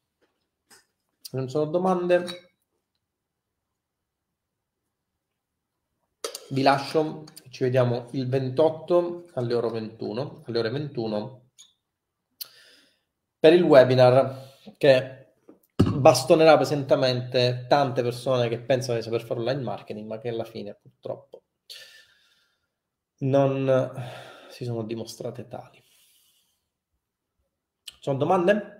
Non sono domande? Vi lascio, ci vediamo il ventotto alle ore ventuno, alle ore ventuno per il webinar che bastonerà pesantemente tante persone che pensano di saper fare online marketing, ma che alla fine purtroppo non si sono dimostrate tali. Ci sono domande?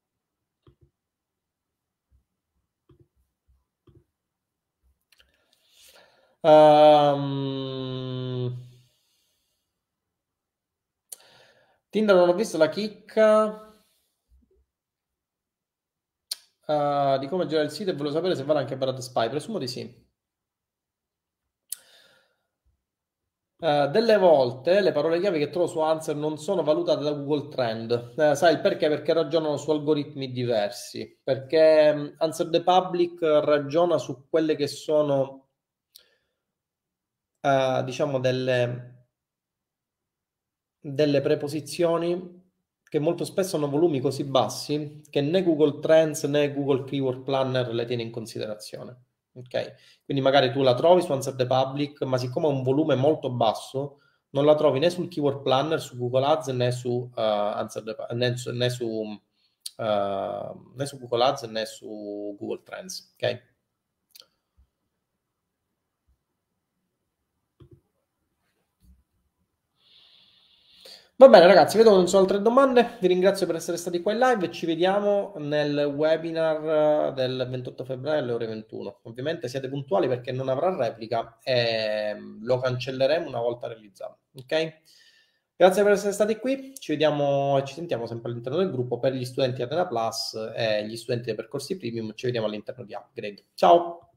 Um... Tinder non ho visto la chicca uh, di come girare il sito e volevo sapere se vale anche per AdSpy. Presumo di sì. Uh, delle volte le parole chiave che trovo su Answer non sono valutate da Google Trend. Uh, sai il perché? Perché ragionano su algoritmi diversi. Perché um, Answer the Public ragiona su quelle che sono, uh, diciamo, delle, delle preposizioni che molto spesso hanno volumi così bassi che né Google Trends né Google Keyword Planner le tiene in considerazione. Ok? Quindi magari tu la trovi su Answer the Public, ma siccome ha un volume molto basso, non la trovi né sul Keyword Planner, su Google Ads, né su, uh, Answer the, né su, né su, uh, né su Google Ads né su Google Trends. Ok? Va bene ragazzi, vedo che non sono altre domande, vi ringrazio per essere stati qua in live e ci vediamo nel webinar eh, del ventotto febbraio alle ore ventuno. Ovviamente siate puntuali perché non avrà replica e mm, lo cancelleremo una volta realizzato. Ok? Grazie per essere stati qui, ci vediamo e ci sentiamo sempre all'interno del gruppo per gli studenti Atena Plus e gli studenti dei percorsi premium, ci vediamo all'interno di Upgrade. Ciao!